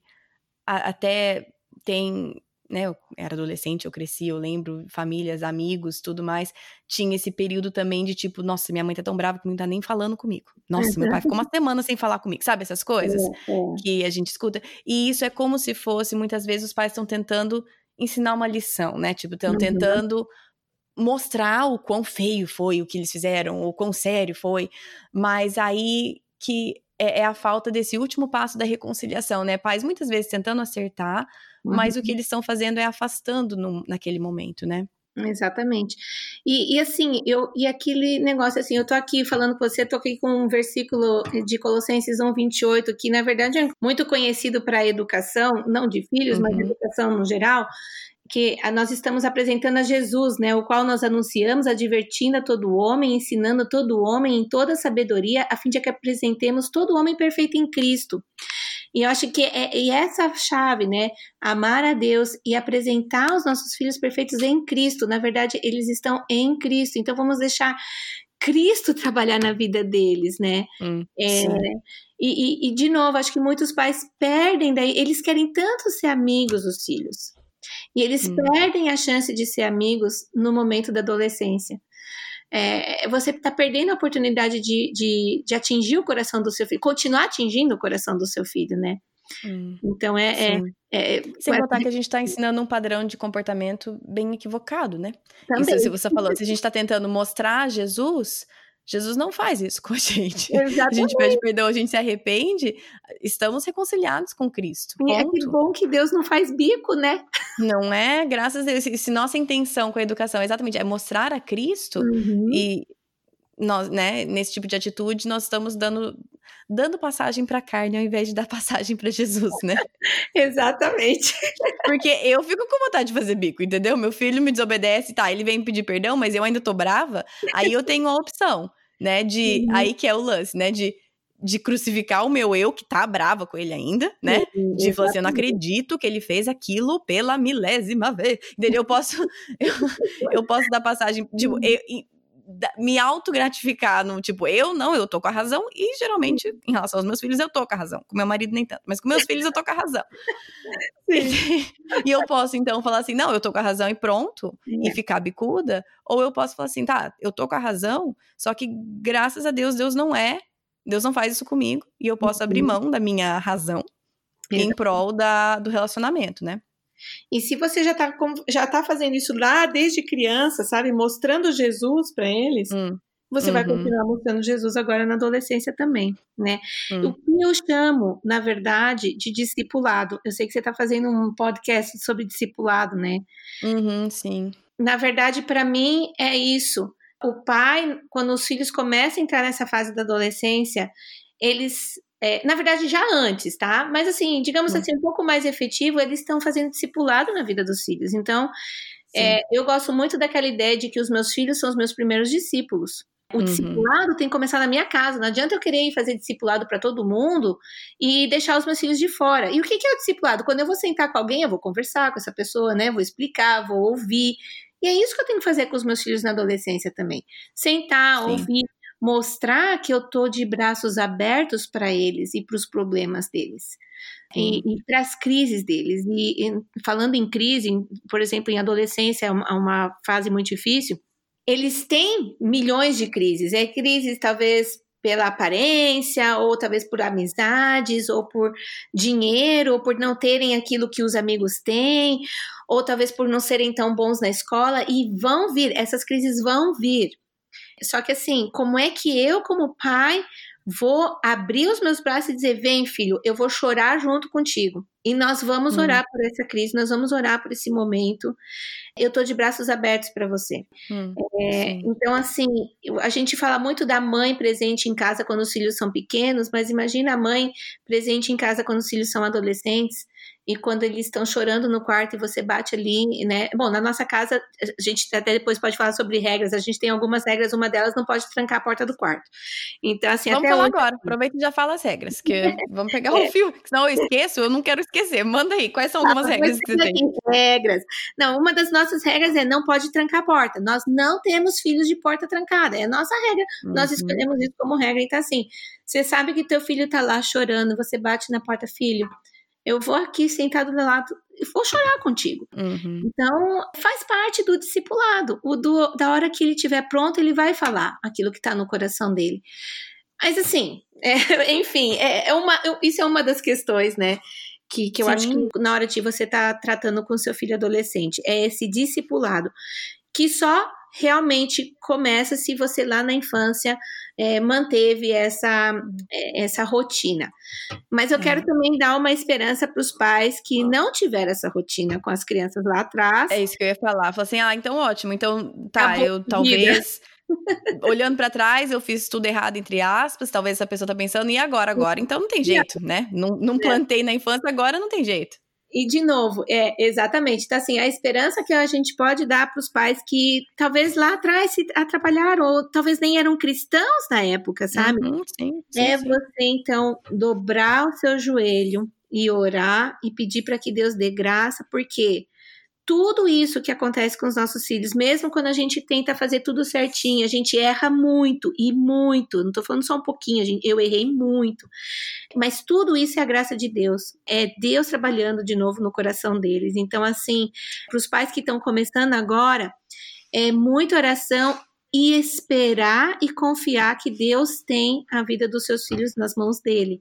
até tem, né, eu era adolescente, eu cresci, eu lembro, famílias, amigos, tudo mais, tinha esse período também de tipo, nossa, minha mãe tá tão brava que não tá nem falando comigo. Nossa, meu pai ficou uma semana sem falar comigo, sabe essas coisas que a gente escuta? E isso é como se fosse, muitas vezes os pais estão tentando ensinar uma lição, né? Tipo, estão tentando mostrar o quão feio foi o que eles fizeram, o quão sério foi, mas aí que é a falta desse último passo da reconciliação, né? Pais muitas vezes tentando acertar, mas o que eles estão fazendo é afastando naquele momento, né? Exatamente. E assim, e aquele negócio assim, eu tô aqui falando com você, tô aqui com um versículo de Colossenses 1:28, que na verdade é muito conhecido para a educação, não de filhos, mas de educação no geral, que nós estamos apresentando a Jesus, né, o qual nós anunciamos, advertindo a todo homem, ensinando todo homem em toda sabedoria, a fim de que apresentemos todo homem perfeito em Cristo. E eu acho que essa chave, né, amar a Deus e apresentar os nossos filhos perfeitos em Cristo. Na verdade, eles estão em Cristo, então vamos deixar Cristo trabalhar na vida deles, né? E de novo, acho que muitos pais perdem daí, eles querem tanto ser amigos dos filhos, e eles perdem a chance de ser amigos no momento da adolescência. Você está perdendo a oportunidade de atingir o coração do seu filho, continuar atingindo o coração do seu filho, né? Então sem contar que a gente está ensinando um padrão de comportamento bem equivocado, né? Também. Isso você falou, se a gente está tentando mostrar Jesus não faz isso com a gente. Exatamente. A gente pede perdão, a gente se arrepende, estamos reconciliados com Cristo. E é que bom que Deus não faz bico, né? Não é? Graças a Deus. Se nossa intenção com a educação exatamente é mostrar a Cristo, e nós, né, nesse tipo de atitude, nós estamos dando dando passagem pra carne ao invés de dar passagem pra Jesus, né? Exatamente. Porque eu fico com vontade de fazer bico, entendeu? Meu filho me desobedece, tá, ele vem me pedir perdão, mas eu ainda tô brava, aí eu tenho a opção, né, aí que é o lance, né, de crucificar o meu eu, que tá brava com ele ainda, né? De falar assim, eu não acredito que ele fez aquilo pela milésima vez. Entendeu? Eu posso dar passagem, tipo, me autogratificar no tipo, eu tô com a razão, e geralmente, em relação aos meus filhos, eu tô com a razão. Com meu marido, nem tanto. Mas com meus filhos, eu tô com a razão. E eu posso, então, falar assim, não, eu tô com a razão e pronto, e ficar bicuda. Ou eu posso falar assim, tá, eu tô com a razão, só que, graças a Deus, Deus não faz isso comigo, e eu posso abrir mão da minha razão em prol do relacionamento, né? E se você já tá fazendo isso lá desde criança, sabe? Mostrando Jesus para eles, você vai continuar mostrando Jesus agora na adolescência também, né? O que eu chamo, na verdade, de discipulado. Eu sei que você está fazendo um podcast sobre discipulado, né? Sim. Na verdade, para mim, é isso. O pai, quando os filhos começam a entrar nessa fase da adolescência, eles... na verdade, já antes, tá? Mas assim, digamos assim, um pouco mais efetivo, eles estão fazendo discipulado na vida dos filhos. Então, eu gosto muito daquela ideia de que os meus filhos são os meus primeiros discípulos. O discipulado tem que começar na minha casa. Não adianta eu querer ir fazer discipulado para todo mundo e deixar os meus filhos de fora. E o que é o discipulado? Quando eu vou sentar com alguém, eu vou conversar com essa pessoa, né? Vou explicar, vou ouvir. E é isso que eu tenho que fazer com os meus filhos na adolescência também. Sentar, ouvir, mostrar que eu tô de braços abertos para eles e para os problemas deles. E para as crises deles. E falando em crise, por exemplo, em adolescência, é uma fase muito difícil, eles têm milhões de crises. Crises talvez pela aparência, ou talvez por amizades, ou por dinheiro, ou por não terem aquilo que os amigos têm, ou talvez por não serem tão bons na escola, e vão vir, essas crises vão vir. Só que assim, como é que eu, como pai, vou abrir os meus braços e dizer, vem filho, eu vou chorar junto contigo, e nós vamos orar por essa crise, nós vamos orar por esse momento, eu tô de braços abertos para você. Então assim, a gente fala muito da mãe presente em casa quando os filhos são pequenos, mas imagina a mãe presente em casa quando os filhos são adolescentes, e quando eles estão chorando no quarto e você bate ali, né? Bom, na nossa casa, a gente até depois pode falar sobre regras, a gente tem algumas regras, uma delas não pode trancar a porta do quarto. Então, assim, vamos falar agora, aproveita e já fala as regras, que vamos pegar o fio, senão eu esqueço, eu não quero esquecer. Manda aí, quais são algumas regras que você tem? Regras. Não, uma das nossas regras é não pode trancar a porta. Nós não temos filhos de porta trancada, é a nossa regra. Nós escolhemos isso como regra. Então, assim, você sabe que teu filho tá lá chorando, você bate na porta, filho, eu vou aqui sentado do lado e vou chorar contigo. Então, faz parte do discipulado. Da hora que ele estiver pronto, ele vai falar aquilo que está no coração dele. Mas assim, enfim, isso é uma das questões, né? Que eu acho que na hora de você estar tratando com seu filho adolescente, é esse discipulado, que só realmente começa se você lá na infância manteve essa rotina. Mas eu quero também dar uma esperança para os pais que não tiveram essa rotina com as crianças lá atrás. É isso que eu ia falar. Falar assim, então ótimo, então tá, eu talvez... Olhando pra trás, eu fiz tudo errado, entre aspas, talvez essa pessoa tá pensando, e agora? Então não tem jeito, né? Não plantei na infância, agora não tem jeito. E, de novo, exatamente. Então, assim, a esperança que a gente pode dar para os pais que talvez lá atrás se atrapalharam, ou talvez nem eram cristãos na época, sabe? Sim. Você, então, dobrar o seu joelho e orar e pedir para que Deus dê graça, porque tudo isso que acontece com os nossos filhos, mesmo quando a gente tenta fazer tudo certinho, a gente erra muito, e muito, não estou falando só um pouquinho, eu errei muito, mas tudo isso é a graça de Deus, é Deus trabalhando de novo no coração deles. Então, assim, para os pais que estão começando agora, é muita oração e esperar e confiar que Deus tem a vida dos seus filhos nas mãos dele,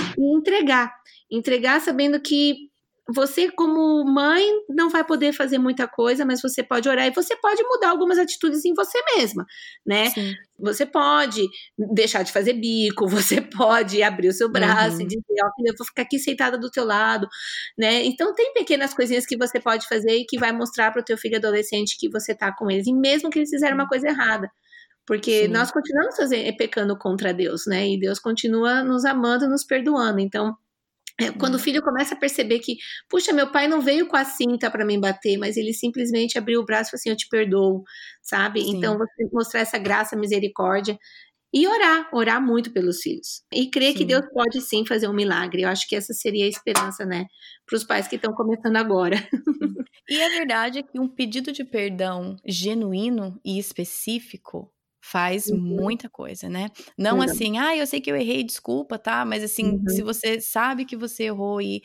e entregar sabendo que você, como mãe, não vai poder fazer muita coisa, mas você pode orar e você pode mudar algumas atitudes em você mesma, né? Sim. Você pode deixar de fazer bico, você pode abrir o seu braço e dizer, eu vou ficar aqui sentada do teu lado, né? Então, tem pequenas coisinhas que você pode fazer e que vai mostrar para o teu filho adolescente que você tá com eles, e mesmo que eles fizeram uma coisa errada. Porque Sim. nós continuamos pecando contra Deus, né? E Deus continua nos amando, nos perdoando. Então, quando o filho começa a perceber que, puxa, meu pai não veio com a cinta para me bater, mas ele simplesmente abriu o braço e falou assim, eu te perdoo, sabe? Sim. Então, você mostrar essa graça, misericórdia e orar muito pelos filhos. E crer que Sim. Deus pode sim fazer um milagre. Eu acho que essa seria a esperança, né? Para os pais que estão começando agora. Sim. E a verdade é que um pedido de perdão genuíno e específico faz muita coisa, né? Não assim, eu sei que eu errei, desculpa, tá? Mas assim, se você sabe que você errou e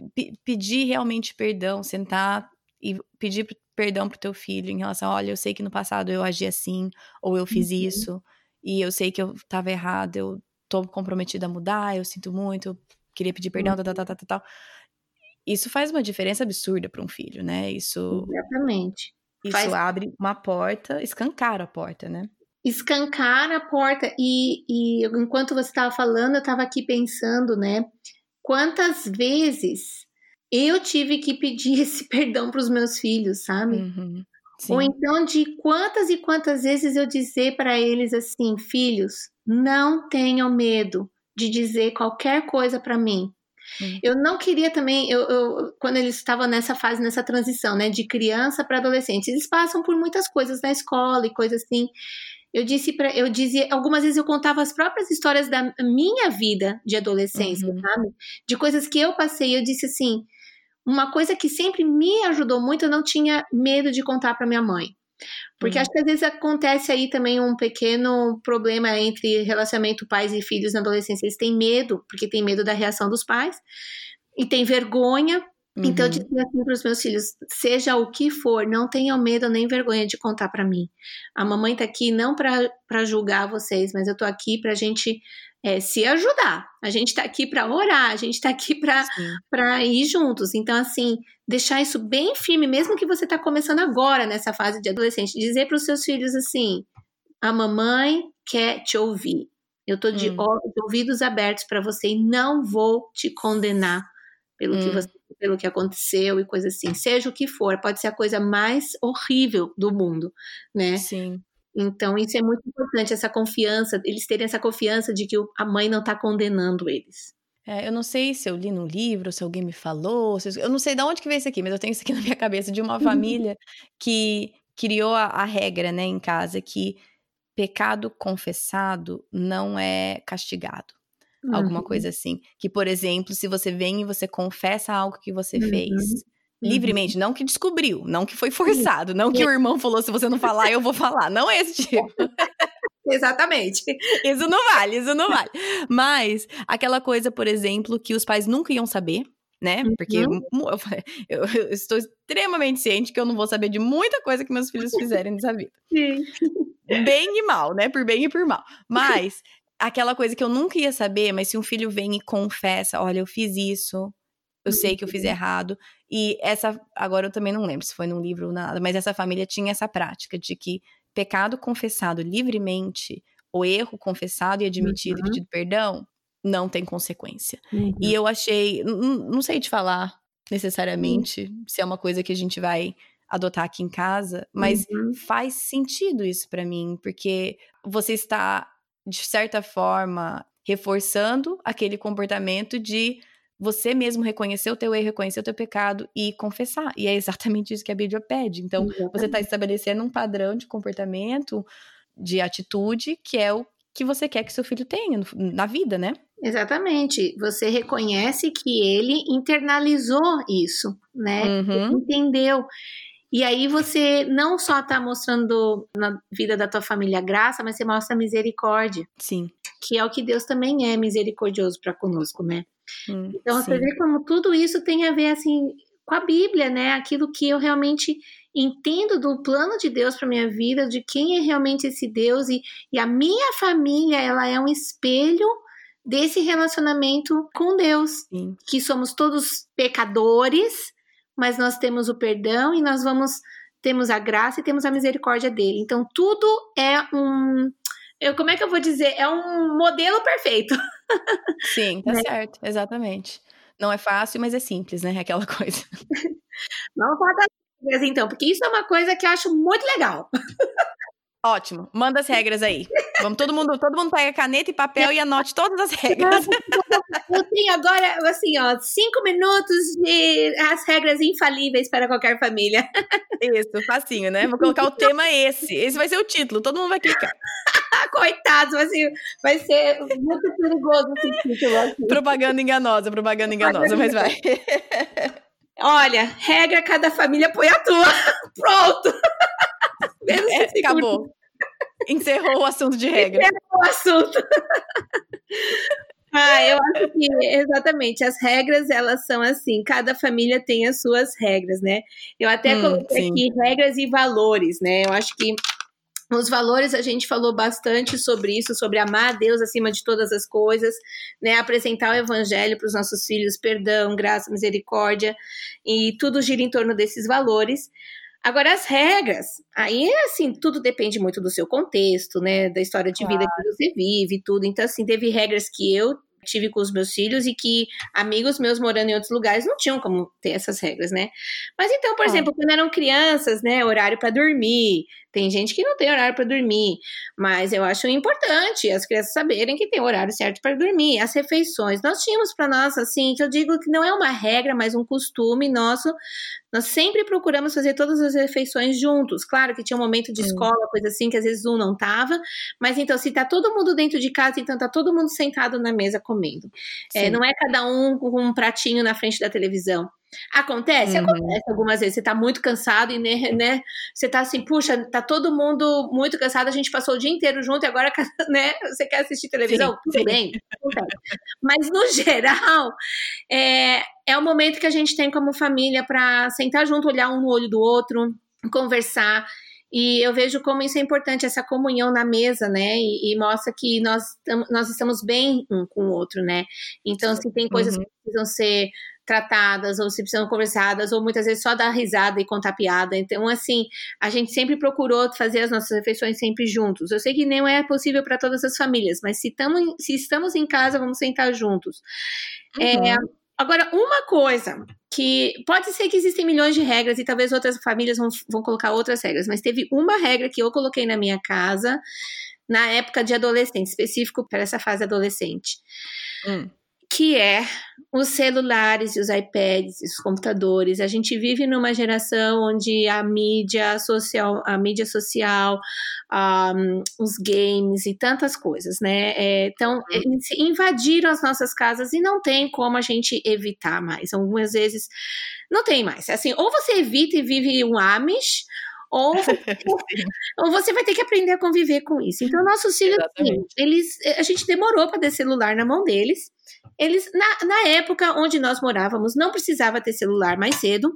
pedir realmente perdão, sentar e pedir perdão pro teu filho em relação, olha, eu sei que no passado eu agi assim, ou eu fiz isso, e eu sei que eu tava errada, eu tô comprometida a mudar, eu sinto muito, eu queria pedir perdão, tal. Isso faz uma diferença absurda para um filho, né? Exatamente. Isso abre uma porta, escancara a porta, né? Escancara a porta. E enquanto você estava falando, eu estava aqui pensando, né? Quantas vezes eu tive que pedir esse perdão para os meus filhos, sabe? Ou então de quantas e quantas vezes eu dizer para eles assim, filhos, não tenham medo de dizer qualquer coisa para mim. Eu não queria também, quando eles estavam nessa fase, nessa transição, né, de criança para adolescente, eles passam por muitas coisas na escola e coisas assim. Eu dizia, algumas vezes eu contava as próprias histórias da minha vida de adolescência, sabe? De coisas que eu passei. Eu disse assim, uma coisa que sempre me ajudou muito, eu não tinha medo de contar para minha mãe. Porque acho que às vezes acontece aí também um pequeno problema entre relacionamento pais e filhos na adolescência. Eles têm medo, porque têm medo da reação dos pais, e têm vergonha. Então eu dizia assim para os meus filhos, seja o que for, não tenham medo nem vergonha de contar para mim. A mamãe tá aqui não para julgar vocês, mas eu tô aqui pra gente se ajudar. A gente tá aqui para orar, a gente tá aqui para ir juntos. Então assim, deixar isso bem firme, mesmo que você tá começando agora nessa fase de adolescente, dizer para os seus filhos assim, a mamãe quer te ouvir. Eu tô de ouvidos abertos para você e não vou te condenar pelo que aconteceu e coisa assim, seja o que for, pode ser a coisa mais horrível do mundo, né? Sim. Então isso é muito importante, essa confiança, eles terem essa confiança de que a mãe não tá condenando eles. Eu não sei se eu li no livro, se alguém me falou, eu não sei de onde que veio isso aqui, mas eu tenho isso aqui na minha cabeça, de uma família que criou a regra, né, em casa, que pecado confessado não é castigado. Alguma coisa assim. Que, por exemplo, se você vem e você confessa algo que você fez livremente, não que descobriu, não que foi forçado, não que o irmão falou, se você não falar, eu vou falar. Não é esse tipo. Exatamente. Isso não vale. Mas aquela coisa, por exemplo, que os pais nunca iam saber, né? Porque eu estou extremamente ciente que eu não vou saber de muita coisa que meus filhos fizerem nessa vida. Sim. Bem e mal, né? Por bem e por mal. Mas aquela coisa que eu nunca ia saber, mas se um filho vem e confessa, olha, eu fiz isso, eu sei que eu fiz errado. E agora eu também não lembro se foi num livro ou nada, mas essa família tinha essa prática de que pecado confessado livremente, ou erro confessado e admitido e pedido perdão, não tem consequência. E eu achei, não sei te falar necessariamente se é uma coisa que a gente vai adotar aqui em casa, mas faz sentido isso pra mim, porque você está, de certa forma, reforçando aquele comportamento de você mesmo reconhecer o teu erro, reconhecer o teu pecado e confessar. E é exatamente isso que a Bíblia pede. Então, você está estabelecendo um padrão de comportamento, de atitude, que é o que você quer que seu filho tenha na vida, né? Exatamente. Você reconhece que ele internalizou isso, né? Entendeu. E aí você não só está mostrando na vida da tua família graça, mas você mostra misericórdia. Sim. Que é o que Deus também é misericordioso para conosco, né? Então sim. você vê como tudo isso tem a ver assim com a Bíblia, né? Aquilo que eu realmente entendo do plano de Deus para minha vida, de quem é realmente esse Deus e a minha família, ela é um espelho desse relacionamento com Deus, que somos todos pecadores, mas nós temos o perdão e nós temos a graça e temos a misericórdia dele. Então tudo é como é que eu vou dizer? É um modelo perfeito. Sim, tá certo, exatamente. Não é fácil, mas é simples, né? Aquela coisa. Vamos falar das então, porque isso é uma coisa que eu acho muito legal. Ótimo, manda as regras aí. Vamos, todo mundo pega caneta e papel e anote todas as regras. Eu tenho agora, assim, 5 minutos de as regras infalíveis para qualquer família. Isso, facinho, né? Vou colocar o tema esse. Esse vai ser o título, todo mundo vai clicar. Coitados, assim, vai ser muito perigoso esse título aqui. Propaganda enganosa, mas vai. Olha, regra, cada família põe a tua. Pronto. Acabou. Encerrou o assunto de regra. Encerrou o assunto. Eu acho que, exatamente, as regras, elas são assim, cada família tem as suas regras, né? Eu até coloquei aqui regras e valores, né? Eu acho que os valores, a gente falou bastante sobre isso, sobre amar a Deus acima de todas as coisas, né? Apresentar o evangelho para os nossos filhos, perdão, graça, misericórdia, e tudo gira em torno desses valores. Agora, as regras, aí, assim, tudo depende muito do seu contexto, né? Da história de vida que você vive, tudo. Então, assim, teve regras que eu tive com os meus filhos e que amigos meus morando em outros lugares não tinham como ter essas regras, né? Mas então, por exemplo, quando eram crianças, né, horário para dormir, tem gente que não tem horário para dormir, mas eu acho importante as crianças saberem que tem horário certo para dormir. As refeições, nós tínhamos para nós, assim, que eu digo que não é uma regra, mas um costume nosso. Nós sempre procuramos fazer todas as refeições juntos. Claro que tinha um momento de escola, coisa assim, que às vezes um não tava, mas então, se tá todo mundo dentro de casa, então tá todo mundo sentado na mesa comendo. Não é cada um com um pratinho na frente da televisão. Acontece algumas vezes, você tá muito cansado e, né, você tá assim, puxa, tá todo mundo muito cansado, a gente passou o dia inteiro junto e agora, né, você quer assistir televisão? Tudo bem. Mas, no geral, é o momento que a gente tem como família para sentar junto, olhar um no olho do outro, conversar. E eu vejo como isso é importante, essa comunhão na mesa, né? E mostra que nós estamos bem um com o outro, né? Então, se tem coisas que precisam ser tratadas, ou se precisam conversadas, ou muitas vezes só dar risada e contar piada. Então, assim, a gente sempre procurou fazer as nossas refeições sempre juntos. Eu sei que não é possível para todas as famílias, mas se estamos em casa, vamos sentar juntos. Agora, uma coisa que pode ser que existem milhões de regras e talvez outras famílias vão colocar outras regras, mas teve uma regra que eu coloquei na minha casa na época de adolescente, específico para essa fase adolescente, que é os celulares e os iPads e os computadores. A gente vive numa geração onde a mídia social, os games e tantas coisas, né? Então, eles invadiram as nossas casas e não tem como a gente evitar mais. Algumas vezes não tem mais. Assim, ou você evita e vive um Amish, ou você vai ter que aprender a conviver com isso. Então, nossos filhos, a gente demorou para ter celular na mão deles. Eles, na época onde nós morávamos, não precisava ter celular mais cedo,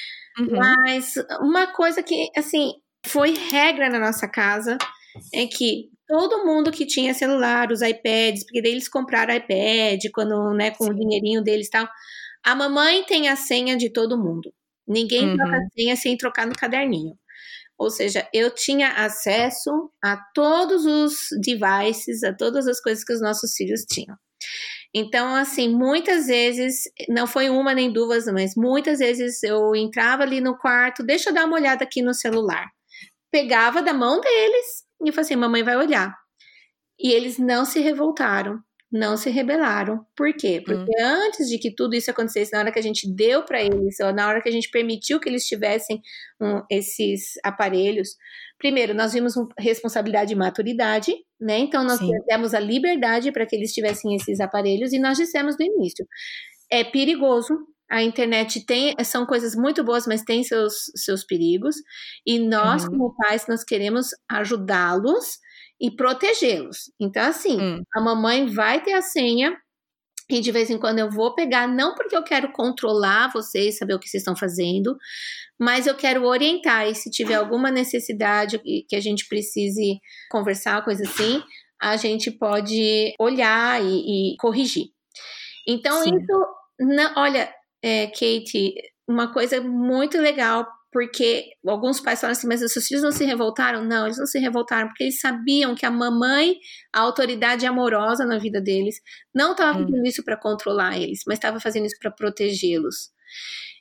mas uma coisa que, assim, foi regra na nossa casa é que todo mundo que tinha celular, os iPads, porque daí eles compraram iPad, quando, né, com o dinheirinho deles e tal, a mamãe tem a senha de todo mundo. Ninguém troca a senha sem trocar no caderninho. Ou seja, eu tinha acesso a todos os devices, a todas as coisas que os nossos filhos tinham. Então, assim, muitas vezes, não foi uma nem duas, mas muitas vezes eu entrava ali no quarto, deixa eu dar uma olhada aqui no celular. Pegava da mão deles e falei assim, mamãe vai olhar. E eles não se revoltaram, não se rebelaram. Por quê? Porque antes de que tudo isso acontecesse, na hora que a gente deu para eles, ou na hora que a gente permitiu que eles tivessem esses aparelhos, primeiro, nós vimos responsabilidade e maturidade, né? Então, nós demos a liberdade para que eles tivessem esses aparelhos e nós dissemos no início, é perigoso, a internet são coisas muito boas, mas tem seus perigos, e nós, como pais, nós queremos ajudá-los e protegê-los. Então, assim, a mamãe vai ter a senha e de vez em quando eu vou pegar, não porque eu quero controlar vocês, saber o que vocês estão fazendo, mas eu quero orientar, e se tiver alguma necessidade que a gente precise conversar, coisa assim, a gente pode olhar e corrigir. Então, isso, olha, Kate, uma coisa muito legal, porque alguns pais falam assim, mas os seus filhos não se revoltaram? Não, eles não se revoltaram, porque eles sabiam que a mamãe, a autoridade amorosa na vida deles, não estava fazendo isso para controlar eles, mas estava fazendo isso para protegê-los.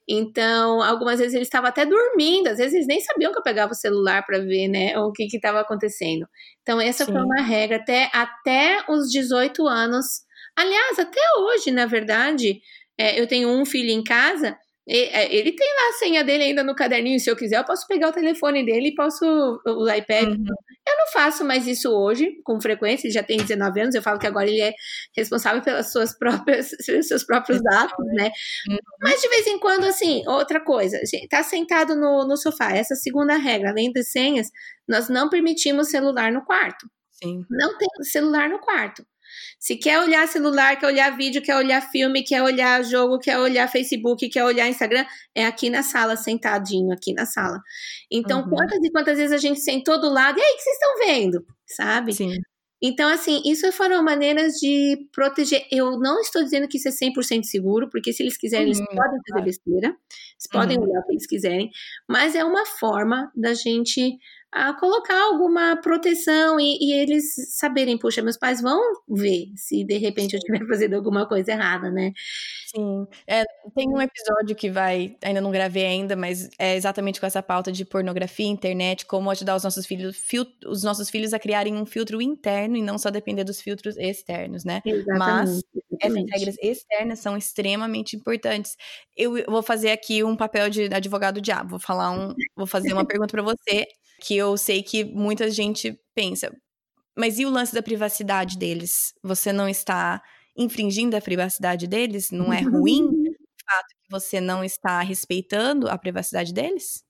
Então, algumas vezes eles estavam até dormindo, às vezes eles nem sabiam que eu pegava o celular para ver, né, o que estava acontecendo. Então, essa foi uma regra até os 18 anos. Aliás, até hoje, na verdade, eu tenho um filho em casa, ele tem lá a senha dele ainda no caderninho, se eu quiser eu posso pegar o telefone dele e posso, o iPad. Eu não faço mais isso hoje, com frequência, ele já tem 19 anos, eu falo que agora ele é responsável pelas seus próprios dados, né? Mas de vez em quando, assim, outra coisa, tá sentado no sofá, essa segunda regra, além das senhas, nós não permitimos celular no quarto. Sim. Não tem celular no quarto. Se quer olhar celular, quer olhar vídeo, quer olhar filme, quer olhar jogo, quer olhar Facebook, quer olhar Instagram, é aqui na sala, sentadinho aqui na sala. Então, quantas e quantas vezes a gente sentou do lado, e aí, o que vocês estão vendo? Sabe? Sim. Então, assim, isso foram maneiras de proteger. Eu não estou dizendo que isso é 100% seguro, porque se eles quiserem, eles podem fazer besteira, eles podem olhar o que eles quiserem, mas é uma forma da gente colocar alguma proteção e eles saberem, poxa, meus pais vão ver se de repente eu estiver fazendo alguma coisa errada, né? Sim, tem um episódio que ainda não gravei ainda, mas é exatamente com essa pauta de pornografia, internet, como ajudar os nossos filhos a criarem um filtro interno e não só depender dos filtros externos, né? Mas essas regras externas são extremamente importantes. Eu vou fazer aqui um papel de advogado diabo, vou fazer uma pergunta para você, que eu sei que muita gente pensa, mas e o lance da privacidade deles? Você não está infringindo a privacidade deles? Não é ruim o fato que você não está respeitando a privacidade deles?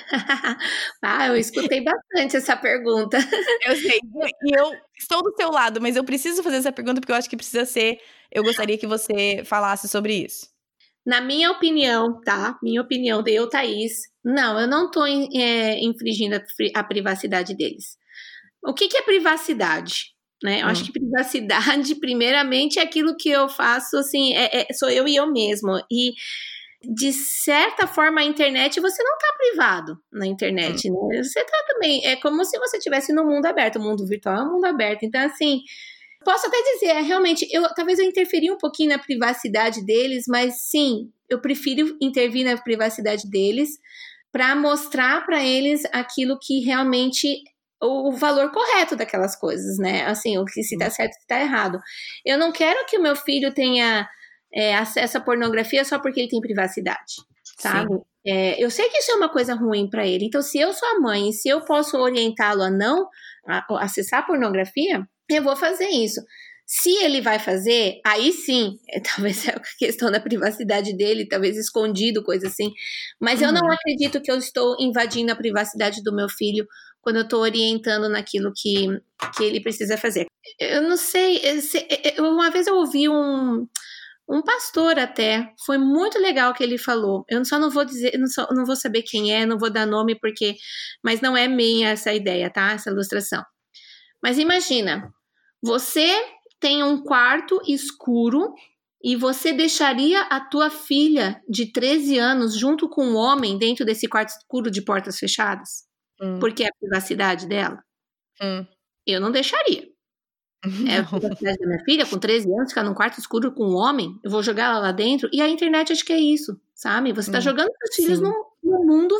Eu escutei bastante essa pergunta. Eu sei, e eu estou do seu lado, mas eu preciso fazer essa pergunta porque eu acho que precisa ser, eu gostaria que você falasse sobre isso. Na minha opinião, tá? Minha opinião, eu, Thaís, não, eu não estou infringindo a privacidade deles. O que é privacidade? Né? Eu acho que privacidade, primeiramente, é aquilo que eu faço, assim, sou eu e eu mesmo. E, de certa forma, a internet, você não está privado na internet, né? Você está também, é como se você estivesse no mundo aberto. O mundo virtual é um mundo aberto. Então, assim, posso até dizer, realmente, talvez eu interferi um pouquinho na privacidade deles, mas sim, eu prefiro intervir na privacidade deles para mostrar para eles aquilo que realmente o valor correto daquelas coisas, né? Assim, o que se tá certo, se tá errado. Eu não quero que o meu filho tenha acesso à pornografia só porque ele tem privacidade, sabe? Eu sei que isso é uma coisa ruim para ele. Então, se eu sou a mãe e se eu posso orientá-lo a não acessar a pornografia, eu vou fazer isso. Se ele vai fazer, aí sim, talvez é a questão da privacidade dele, talvez escondido, coisa assim. Mas eu não acredito que eu estou invadindo a privacidade do meu filho quando eu estou orientando naquilo que ele precisa fazer. Eu não sei, uma vez eu ouvi um pastor até, foi muito legal o que ele falou. Eu só não vou dizer, não vou saber quem é, não vou dar nome, mas não é minha essa ideia, tá? Essa ilustração. Mas imagina, você tem um quarto escuro e você deixaria a tua filha de 13 anos junto com um homem dentro desse quarto escuro de portas fechadas? Porque é a privacidade dela? Eu não deixaria. É a privacidade da minha filha, com 13 anos, ficar num quarto escuro com um homem, eu vou jogar ela lá dentro, e a internet acho que é isso, sabe? Você tá jogando seus filhos num mundo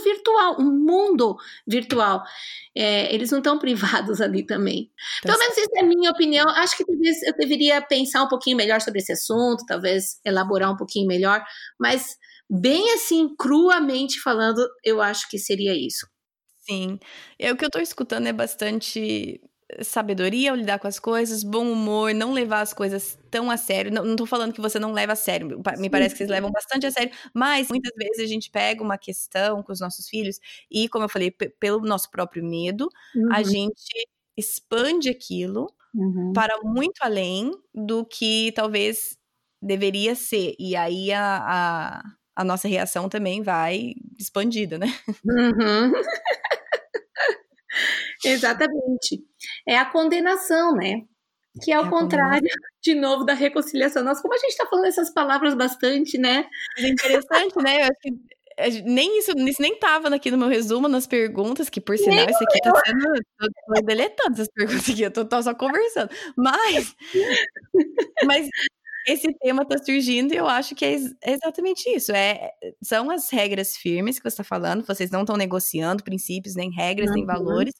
virtual, eles não estão privados ali também. Pelo menos essa é a minha opinião. Acho que talvez eu deveria pensar um pouquinho melhor sobre esse assunto, talvez elaborar um pouquinho melhor, mas bem assim, cruamente falando, eu acho que seria isso. Sim, o que eu tô escutando é bastante sabedoria ao lidar com as coisas, bom humor, não levar as coisas tão a sério. Não tô falando que você não leva a sério, me parece que vocês levam bastante a sério, mas muitas vezes a gente pega uma questão com os nossos filhos e, como eu falei, pelo nosso próprio medo, a gente expande aquilo para muito além do que talvez deveria ser, e aí a nossa reação também vai expandida, né? Exatamente. É a condenação, né? Que é o contrário, de novo, da reconciliação. Nossa, como a gente tá falando essas palavras bastante, né? É interessante, né? Eu acho que nem isso nem tava aqui no meu resumo, nas perguntas, que por sinal, isso aqui tá sendo... Eu tô deletando essas perguntas aqui, eu tô só conversando. Mas esse tema tá surgindo e eu acho que é exatamente isso. São as regras firmes que você tá falando, vocês não estão negociando princípios, nem regras, nem valores,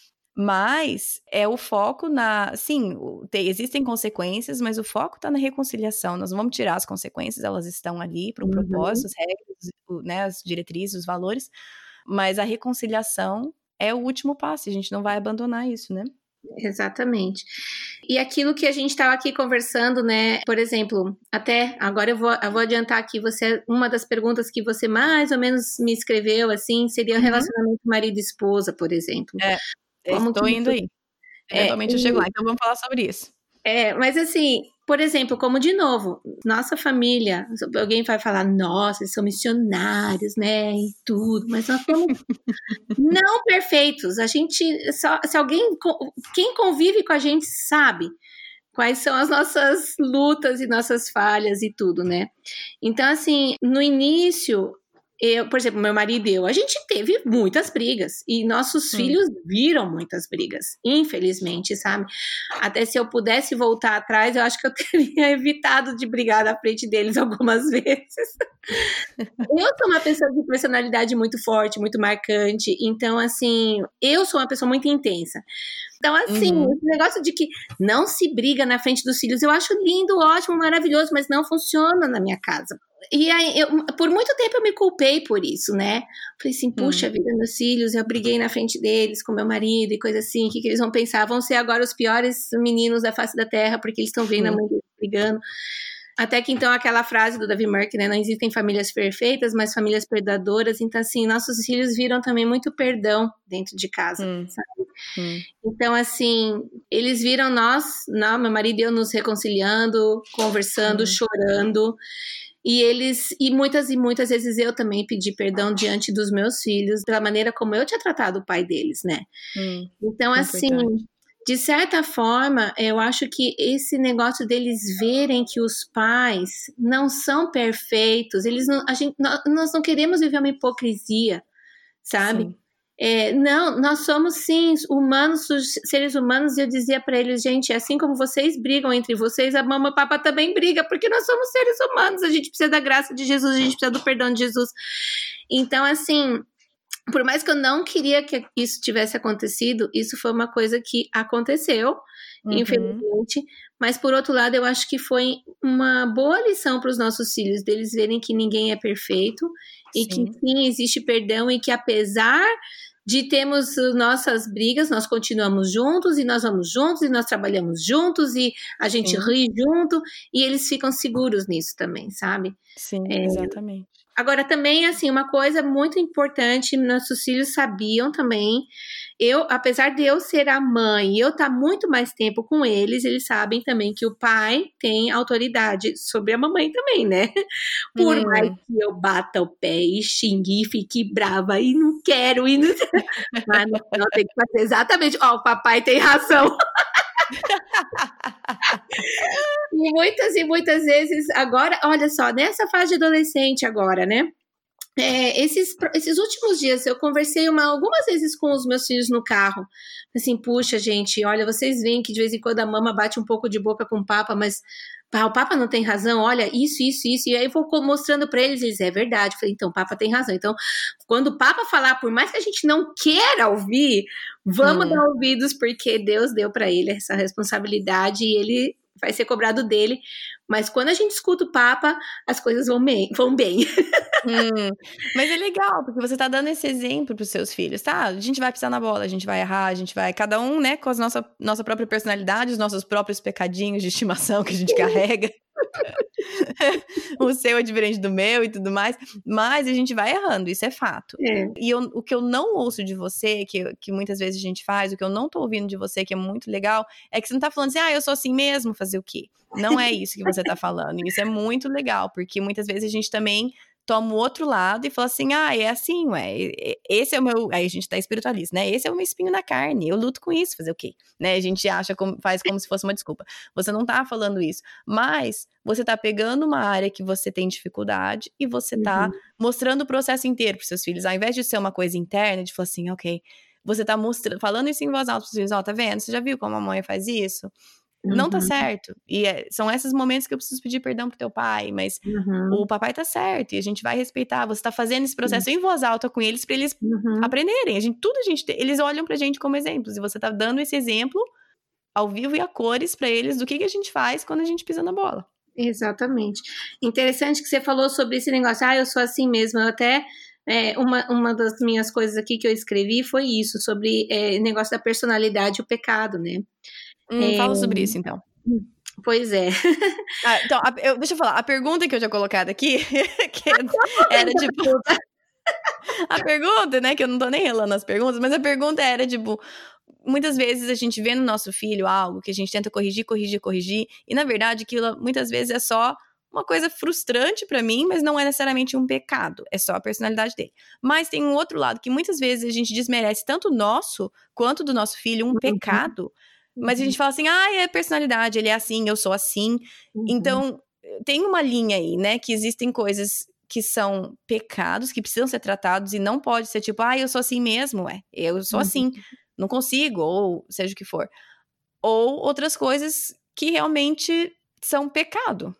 mas é o foco sim, existem consequências, mas o foco tá na reconciliação. Nós não vamos tirar as consequências, elas estão ali para um propósito, as regras, né, as diretrizes, os valores, mas a reconciliação é o último passo, a gente não vai abandonar isso, né? Exatamente. E aquilo que a gente estava aqui conversando, né? Por exemplo, até agora eu vou adiantar aqui, uma das perguntas que você mais ou menos me escreveu, assim, seria o relacionamento marido e esposa, por exemplo. Estou indo aí. Eventualmente eu chego lá, então vamos falar sobre isso. Mas assim, por exemplo, como de novo, nossa família, alguém vai falar, nossa, eles são missionários, né, e tudo, mas nós somos não perfeitos. A gente, se alguém, quem convive com a gente sabe quais são as nossas lutas e nossas falhas e tudo, né? Então, assim, no início, por exemplo, meu marido e eu, a gente teve muitas brigas e nossos filhos viram muitas brigas, infelizmente, sabe? Até se eu pudesse voltar atrás, eu acho que eu teria evitado de brigar na frente deles algumas vezes. Eu sou uma pessoa de personalidade muito forte, muito marcante, então, assim, eu sou uma pessoa muito intensa. Então, assim, esse negócio de que não se briga na frente dos filhos, eu acho lindo, ótimo, maravilhoso, mas não funciona na minha casa. E aí, por muito tempo eu me culpei por isso, né? Falei assim, puxa vida, meus filhos, eu briguei na frente deles com meu marido e coisa assim, o que eles vão pensar? Vão ser agora os piores meninos da face da terra, porque eles estão vendo a mãe deles brigando. Até que, então, aquela frase do Davi Merck, né? Não existem famílias perfeitas, mas famílias perdoadoras. Então, assim, nossos filhos viram também muito perdão dentro de casa, sabe? Então, assim, eles viram meu marido e eu nos reconciliando, conversando, chorando. E muitas vezes eu também pedi perdão diante dos meus filhos, pela maneira como eu tinha tratado o pai deles, né? Então, assim, de certa forma, eu acho que esse negócio deles verem que os pais não são perfeitos, nós não queremos viver uma hipocrisia, sabe? Não, nós somos sim humanos, seres humanos, e eu dizia para eles, gente, assim como vocês brigam entre vocês, a mamãe e o papai também briga, porque nós somos seres humanos, a gente precisa da graça de Jesus, a gente precisa do perdão de Jesus. Então, assim, por mais que eu não queria que isso tivesse acontecido, isso foi uma coisa que aconteceu, infelizmente, mas por outro lado, eu acho que foi uma boa lição para os nossos filhos, deles verem que ninguém é perfeito, e que sim, existe perdão, e que apesar de termos nossas brigas, nós continuamos juntos, e nós vamos juntos, e nós trabalhamos juntos, e a gente ri junto, e eles ficam seguros nisso também, sabe? Sim, exatamente. Agora, também, assim, uma coisa muito importante, nossos filhos sabiam também, apesar de eu ser a mãe e eu estar muito mais tempo com eles sabem também que o pai tem autoridade sobre a mamãe também, né? Por mais que eu bata o pé e xingue e fique brava e não quero, mas não tem que fazer exatamente, o papai tem razão. E muitas vezes, agora, olha só, nessa fase de adolescente agora, né? Esses últimos dias eu conversei algumas vezes com os meus filhos no carro, assim, puxa, gente, olha, vocês veem que de vez em quando a mama bate um pouco de boca com o papa, mas o papa não tem razão, olha, isso, e aí eu vou mostrando para eles, é verdade, eu falei, então o papa tem razão, então quando o papa falar, por mais que a gente não queira ouvir, vamos dar ouvidos, porque Deus deu para ele essa responsabilidade e ele vai ser cobrado dele, mas quando a gente escuta o Papa, as coisas vão bem. Mas é legal, porque você tá dando esse exemplo pros seus filhos, tá? A gente vai pisar na bola, a gente vai errar, a gente vai... Cada um, né, com a nossa própria personalidade, os nossos próprios pecadinhos de estimação que a gente carrega. O seu é diferente do meu e tudo mais, mas a gente vai errando, isso é fato. E o que eu não ouço de você, que muitas vezes a gente faz, o que eu não tô ouvindo de você, que é muito legal, é que você não tá falando assim, eu sou assim mesmo, fazer o quê? Não é isso que você tá falando, e isso é muito legal, porque muitas vezes a gente também toma o outro lado e fala assim, é assim, esse é o meu... Aí a gente tá espiritualista, né? Esse é o meu espinho na carne, eu luto com isso, fazer o quê? Né? A gente faz como se fosse uma desculpa. Você não tá falando isso, mas você tá pegando uma área que você tem dificuldade e você tá mostrando o processo inteiro pros seus filhos, ao invés de ser uma coisa interna, de falar assim, ok, você tá falando isso em voz alta pros filhos, tá vendo? Você já viu como a mãe faz isso? não tá certo. E são esses momentos que eu preciso pedir perdão pro teu pai, mas o papai tá certo e a gente vai respeitar. Você tá fazendo esse processo em voz alta com eles pra eles aprenderem. Eles olham pra gente como exemplos e você tá dando esse exemplo ao vivo e a cores pra eles do que a gente faz quando a gente pisa na bola. Exatamente. Interessante que você falou sobre esse negócio, eu sou assim mesmo, eu até... uma das minhas coisas aqui que eu escrevi foi isso, sobre negócio da personalidade e o pecado, né? Fala sobre isso, então. Pois é. Então, deixa eu falar, a pergunta que eu tinha colocado aqui, que era tipo... a pergunta, né, que eu não tô nem relando as perguntas, mas a pergunta era, tipo... Muitas vezes a gente vê no nosso filho algo que a gente tenta corrigir, e na verdade aquilo muitas vezes é só uma coisa frustrante pra mim, mas não é necessariamente um pecado, é só a personalidade dele. Mas tem um outro lado que muitas vezes a gente desmerece tanto o nosso quanto do nosso filho um pecado, mas a gente fala assim, é personalidade, ele é assim, eu sou assim. Então tem uma linha aí, né, que existem coisas que são pecados, que precisam ser tratados e não pode ser tipo, eu sou assim mesmo, eu sou assim, não consigo, ou seja o que for. Ou outras coisas que realmente são pecado.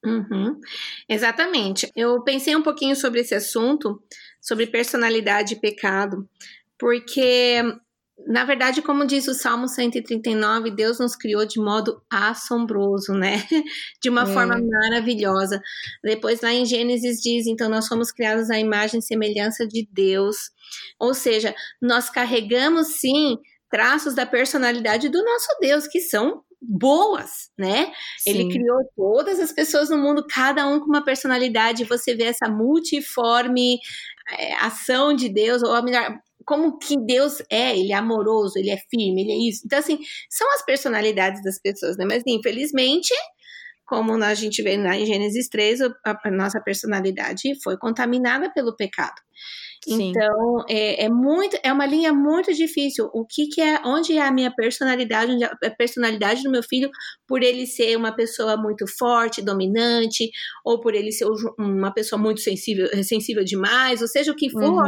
Exatamente. Eu pensei um pouquinho sobre esse assunto, sobre personalidade e pecado, porque, na verdade, como diz o Salmo 139, Deus nos criou de modo assombroso, né? De uma forma maravilhosa. Depois, lá em Gênesis diz, então, nós fomos criados à imagem e semelhança de Deus. Ou seja, nós carregamos, sim, traços da personalidade do nosso Deus, que são boas, né? Sim. Ele criou todas as pessoas no mundo, cada um com uma personalidade, você vê essa multiforme ação de Deus, ou melhor, como que Deus ele é amoroso, ele é firme, ele é isso. Então, assim, são as personalidades das pessoas, né? Mas, infelizmente, como a gente vê lá em Gênesis 3, a nossa personalidade foi contaminada pelo pecado. Sim. Então, é uma linha muito difícil. Onde é a minha personalidade, onde é a personalidade do meu filho, por ele ser uma pessoa muito forte, dominante, ou por ele ser uma pessoa muito sensível demais, ou seja o que for,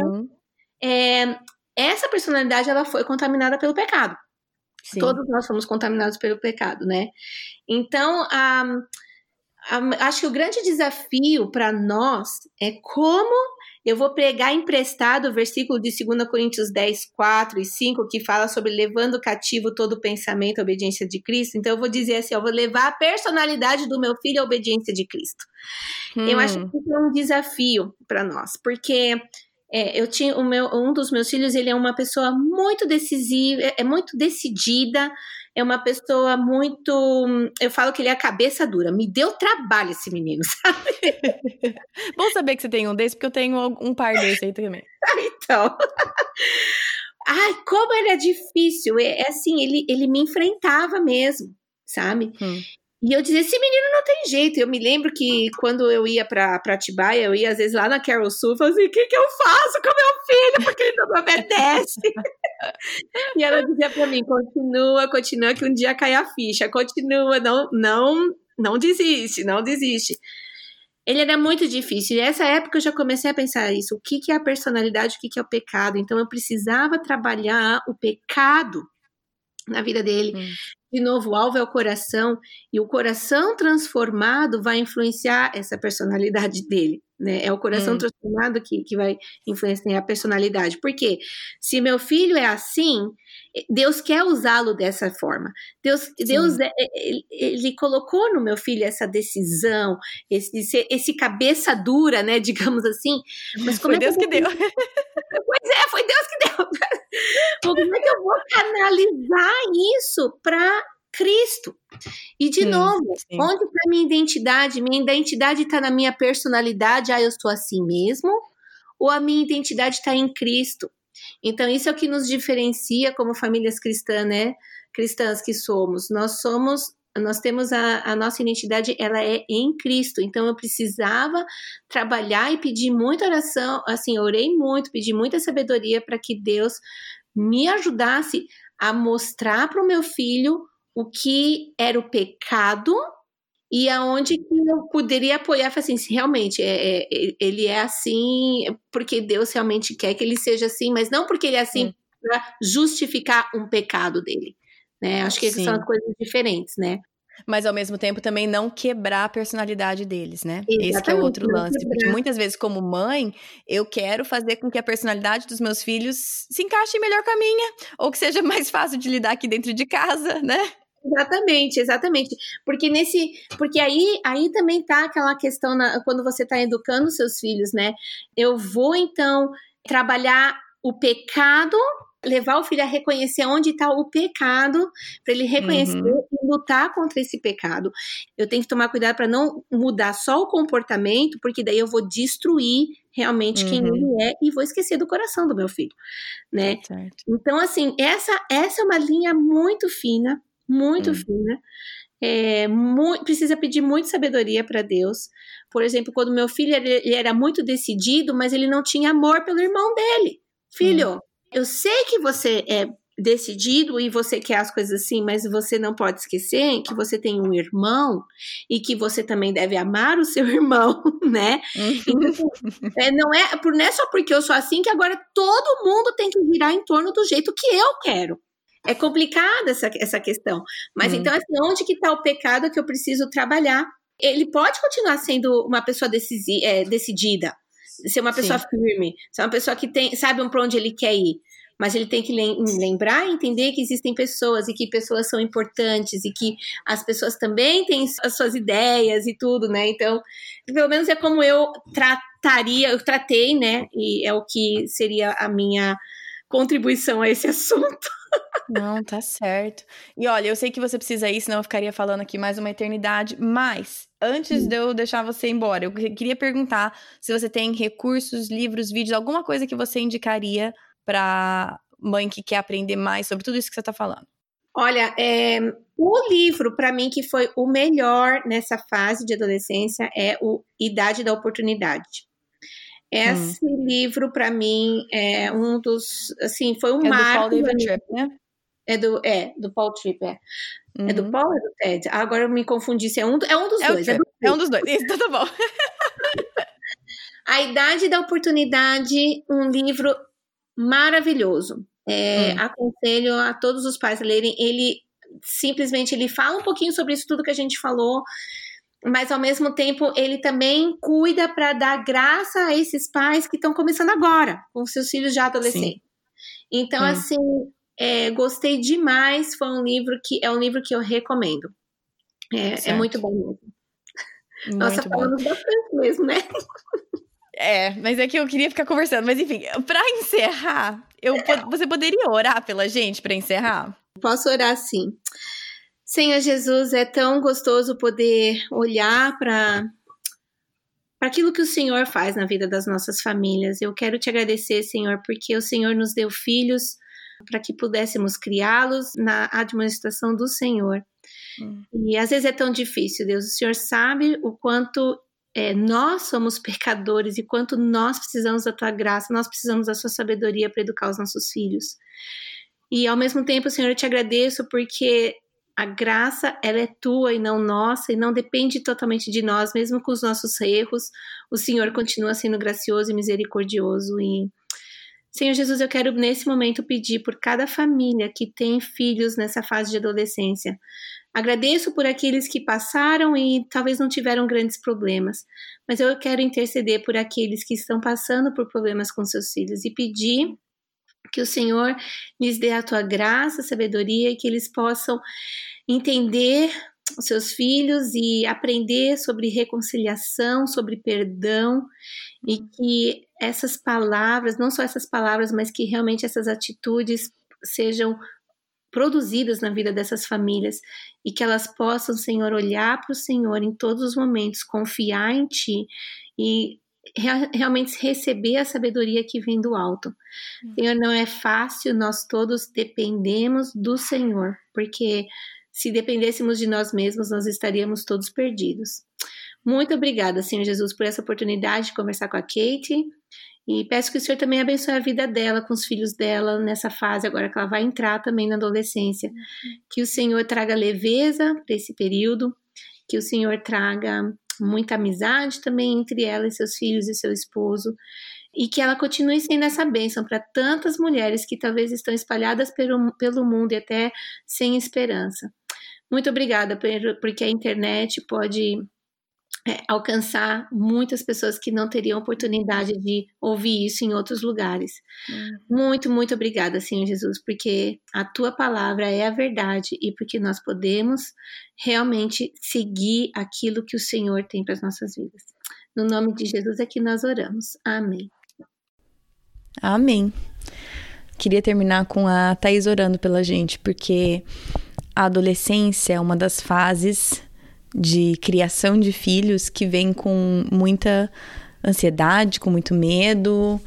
essa personalidade, ela foi contaminada pelo pecado. Sim. Todos nós fomos contaminados pelo pecado, né? Então, acho que o grande desafio para nós é como eu vou pegar emprestado o versículo de 2 Coríntios 10, 4 e 5, que fala sobre levando cativo todo pensamento à obediência de Cristo. Então, eu vou dizer assim, eu vou levar a personalidade do meu filho à obediência de Cristo. Eu acho que isso é um desafio para nós, porque eu tinha um dos meus filhos, ele é uma pessoa muito decisiva, é muito decidida, é uma pessoa muito... Eu falo que ele é a cabeça dura. Me deu trabalho esse menino, sabe? Bom saber que você tem um desse, porque eu tenho um par desse aí também. Então... como ele é difícil. Assim, ele me enfrentava mesmo, sabe? E eu dizia, esse menino não tem jeito. Eu me lembro que quando eu ia pra Atibaia, eu ia às vezes lá na Carol Sul e falava assim, o que eu faço com meu filho? Porque ele não me obedece. E ela dizia pra mim, continua, que um dia cai a ficha. Continua, não desiste, não desiste. Ele era muito difícil. E nessa época eu já comecei a pensar isso. O que é a personalidade, o que é o pecado? Então eu precisava trabalhar o pecado na vida dele. De novo, o alvo é o coração, e o coração transformado vai influenciar essa personalidade dele, né? É o coração transformado que vai influenciar a personalidade. Porque se meu filho é assim, Deus quer usá-lo dessa forma. Deus ele colocou no meu filho essa decisão, esse cabeça dura, né, digamos assim. Mas como foi Deus que deu. Pois foi Deus que deu. Como é que eu vou canalizar isso para Cristo? E de novo, onde está minha identidade? Minha identidade está na minha personalidade, eu sou assim mesmo? Ou a minha identidade está em Cristo? Então, isso é o que nos diferencia como famílias cristãs, né? Cristãs que somos. Nós temos a nossa identidade, ela é em Cristo. Então, eu precisava trabalhar e pedir muita oração, assim, orei muito, pedi muita sabedoria para que Deus me ajudasse a mostrar para o meu filho o que era o pecado e aonde que eu poderia apoiar, assim, se realmente ele é assim, porque Deus realmente quer que ele seja assim, mas não porque ele é assim para justificar um pecado dele. né? Acho que são coisas diferentes, né? Mas, ao mesmo tempo, também não quebrar a personalidade deles, né? Exatamente, esse que é o outro lance. quebrar. Porque muitas vezes, como mãe, eu quero fazer com que a personalidade dos meus filhos se encaixe melhor com a minha. Ou que seja mais fácil de lidar aqui dentro de casa, né? Exatamente. Porque aí também tá aquela questão quando você tá educando seus filhos, né? Eu vou, então, trabalhar o pecado, levar o filho a reconhecer onde está o pecado, para ele reconhecer e lutar contra esse pecado. Eu tenho que tomar cuidado para não mudar só o comportamento, porque daí eu vou destruir realmente quem ele é e vou esquecer do coração do meu filho, né? Tá certo. Então, assim, essa é uma linha muito fina, fina. Precisa pedir muita sabedoria para Deus. Por exemplo, quando meu filho ele era muito decidido, mas ele não tinha amor pelo irmão dele. Filho, eu sei que você é decidido e você quer as coisas assim, mas você não pode esquecer que você tem um irmão e que você também deve amar o seu irmão, né? Então, não é só porque eu sou assim que agora todo mundo tem que girar em torno do jeito que eu quero. É complicada essa questão. Mas então, assim, onde que está o pecado que eu preciso trabalhar? Ele pode continuar sendo uma pessoa decidida, ser uma pessoa firme, ser uma pessoa que sabe para onde ele quer ir. Mas ele tem que lembrar e entender que existem pessoas e que pessoas são importantes e que as pessoas também têm as suas ideias e tudo, né? Então, pelo menos é como eu tratei, né? E é o que seria a minha contribuição a esse assunto. Não, tá certo. E olha, eu sei que você precisa ir, senão eu ficaria falando aqui mais uma eternidade, mas antes de eu deixar você embora, eu queria perguntar se você tem recursos, livros, vídeos, alguma coisa que você indicaria pra mãe que quer aprender mais sobre tudo isso que você tá falando. Olha, o livro, para mim, que foi o melhor nessa fase de adolescência é o Idade da Oportunidade. Esse livro, para mim, é um dos, assim, foi um marco. É do Paul David Tripp, né? Do Paul Tripp, É do Paul ou é do Ted? Agora eu me confundi se é um dos dois. É um dos dois, isso, então tá bom. A Idade da Oportunidade, um livro maravilhoso. Aconselho a todos os pais a lerem. Ele fala um pouquinho sobre isso tudo que a gente falou, mas ao mesmo tempo ele também cuida para dar graça a esses pais que estão começando agora, com seus filhos já adolescentes. Então, assim, gostei demais. É um livro que eu recomendo. É muito bom mesmo. Muito Nossa, falamos bastante mesmo, né? Mas é que eu queria ficar conversando. Mas enfim, pra encerrar, você poderia orar pela gente pra encerrar? Posso orar, sim. Senhor Jesus, é tão gostoso poder olhar para aquilo que o Senhor faz na vida das nossas famílias. Eu quero te agradecer, Senhor, porque o Senhor nos deu filhos para que pudéssemos criá-los na administração do Senhor. E às vezes é tão difícil, Deus. O Senhor sabe o quanto nós somos pecadores e quanto nós precisamos da tua graça, nós precisamos da sua sabedoria para educar os nossos filhos. E ao mesmo tempo, Senhor, eu te agradeço porque a graça, ela é tua e não nossa, e não depende totalmente de nós, mesmo com os nossos erros, o Senhor continua sendo gracioso e misericordioso. E, Senhor Jesus, eu quero nesse momento pedir por cada família que tem filhos nessa fase de adolescência. Agradeço por aqueles que passaram e talvez não tiveram grandes problemas, mas eu quero interceder por aqueles que estão passando por problemas com seus filhos e pedir que o Senhor lhes dê a tua graça, sabedoria, e que eles possam entender os seus filhos e aprender sobre reconciliação, sobre perdão, e que essas palavras, não só essas palavras, mas que realmente essas atitudes sejam produzidas na vida dessas famílias e que elas possam, Senhor, olhar para o Senhor em todos os momentos, confiar em Ti e realmente receber a sabedoria que vem do alto. Senhor, não é fácil, nós todos dependemos do Senhor, porque se dependêssemos de nós mesmos, nós estaríamos todos perdidos. Muito obrigada, Senhor Jesus, por essa oportunidade de conversar com a Kate, e peço que o Senhor também abençoe a vida dela, com os filhos dela, nessa fase agora que ela vai entrar também na adolescência. Que o Senhor traga leveza para esse período, que o Senhor traga muita amizade também entre ela e seus filhos e seu esposo, e que ela continue sendo essa bênção para tantas mulheres que talvez estão espalhadas pelo mundo e até sem esperança. Muito obrigada, porque a internet pode alcançar muitas pessoas que não teriam oportunidade de ouvir isso em outros lugares. Muito, muito obrigada, Senhor Jesus, porque a Tua palavra é a verdade e porque nós podemos realmente seguir aquilo que o Senhor tem para as nossas vidas. No nome de Jesus é que nós oramos. Amém. Amém. Queria terminar com a Thaís orando pela gente, porque a adolescência é uma das fases de criação de filhos que vem com muita ansiedade, com muito medo,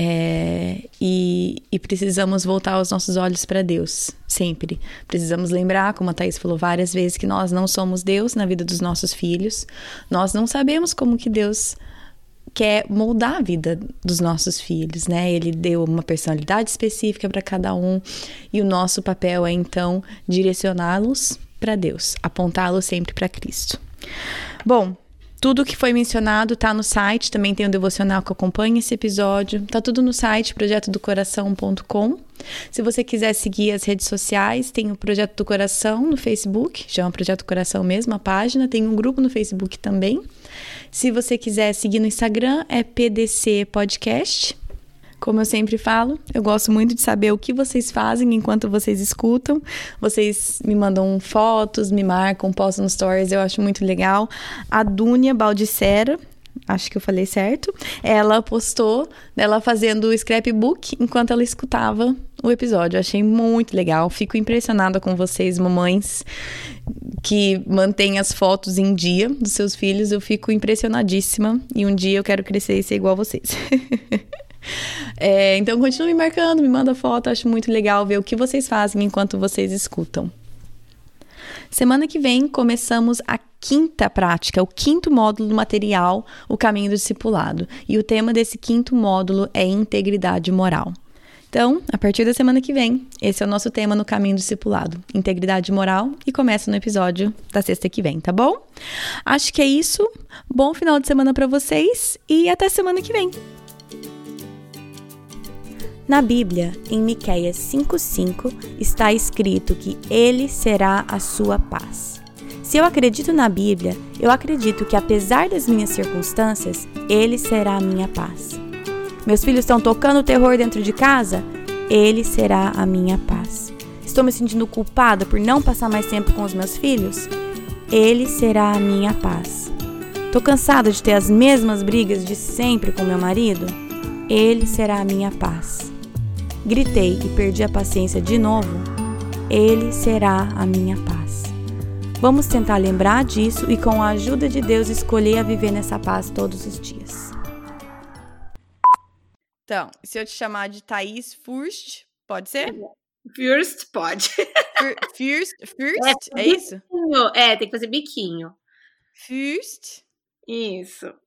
e precisamos voltar os nossos olhos para Deus, sempre. Precisamos lembrar, como a Thaís falou várias vezes, que nós não somos Deus na vida dos nossos filhos. Nós não sabemos como que Deus quer moldar a vida dos nossos filhos, né? Ele deu uma personalidade específica para cada um e o nosso papel é, então, direcioná-los para Deus, apontá-los sempre para Cristo. Bom, tudo que foi mencionado está no site, também tem um devocional que acompanha esse episódio, tá tudo no site, projetodocoração.com. Se você quiser seguir as redes sociais, tem o Projeto do Coração no Facebook, chama Projeto do Coração mesmo, a página, tem um grupo no Facebook também. Se você quiser seguir no Instagram, é PDC Podcast. Como eu sempre falo, eu gosto muito de saber o que vocês fazem enquanto vocês escutam. Vocês me mandam fotos, me marcam, postam nos stories, eu acho muito legal. A Dúnia Baldissera, acho que eu falei certo, ela postou dela fazendo o scrapbook enquanto ela escutava o episódio. Eu achei muito legal, fico impressionada com vocês, mamães, que mantêm as fotos em dia dos seus filhos. Eu fico impressionadíssima e um dia eu quero crescer e ser igual a vocês. Então continue me marcando, me manda foto, acho muito legal ver o que vocês fazem enquanto vocês escutam. Semana que vem começamos a quinta prática, o quinto módulo do material, o caminho do discipulado. E o tema desse quinto módulo é integridade moral. Então, a partir da semana que vem, esse é o nosso tema no caminho do discipulado, integridade moral, e começa no episódio da sexta que vem, tá bom? Acho que é isso. Bom final de semana para vocês e até semana que vem. Na Bíblia, em Miqueias 5:5, está escrito que Ele será a sua paz. Se eu acredito na Bíblia, eu acredito que apesar das minhas circunstâncias, Ele será a minha paz. Meus filhos estão tocando terror dentro de casa? Ele será a minha paz. Estou me sentindo culpada por não passar mais tempo com os meus filhos? Ele será a minha paz. Estou cansada de ter as mesmas brigas de sempre com meu marido? Ele será a minha paz. Gritei e perdi a paciência de novo? Ele será a minha paz. Vamos tentar lembrar disso e, com a ajuda de Deus, escolher a viver nessa paz todos os dias. Então, se eu te chamar de Thaís Furst, pode ser? First pode. First? É isso? Tem que fazer biquinho. First? Isso.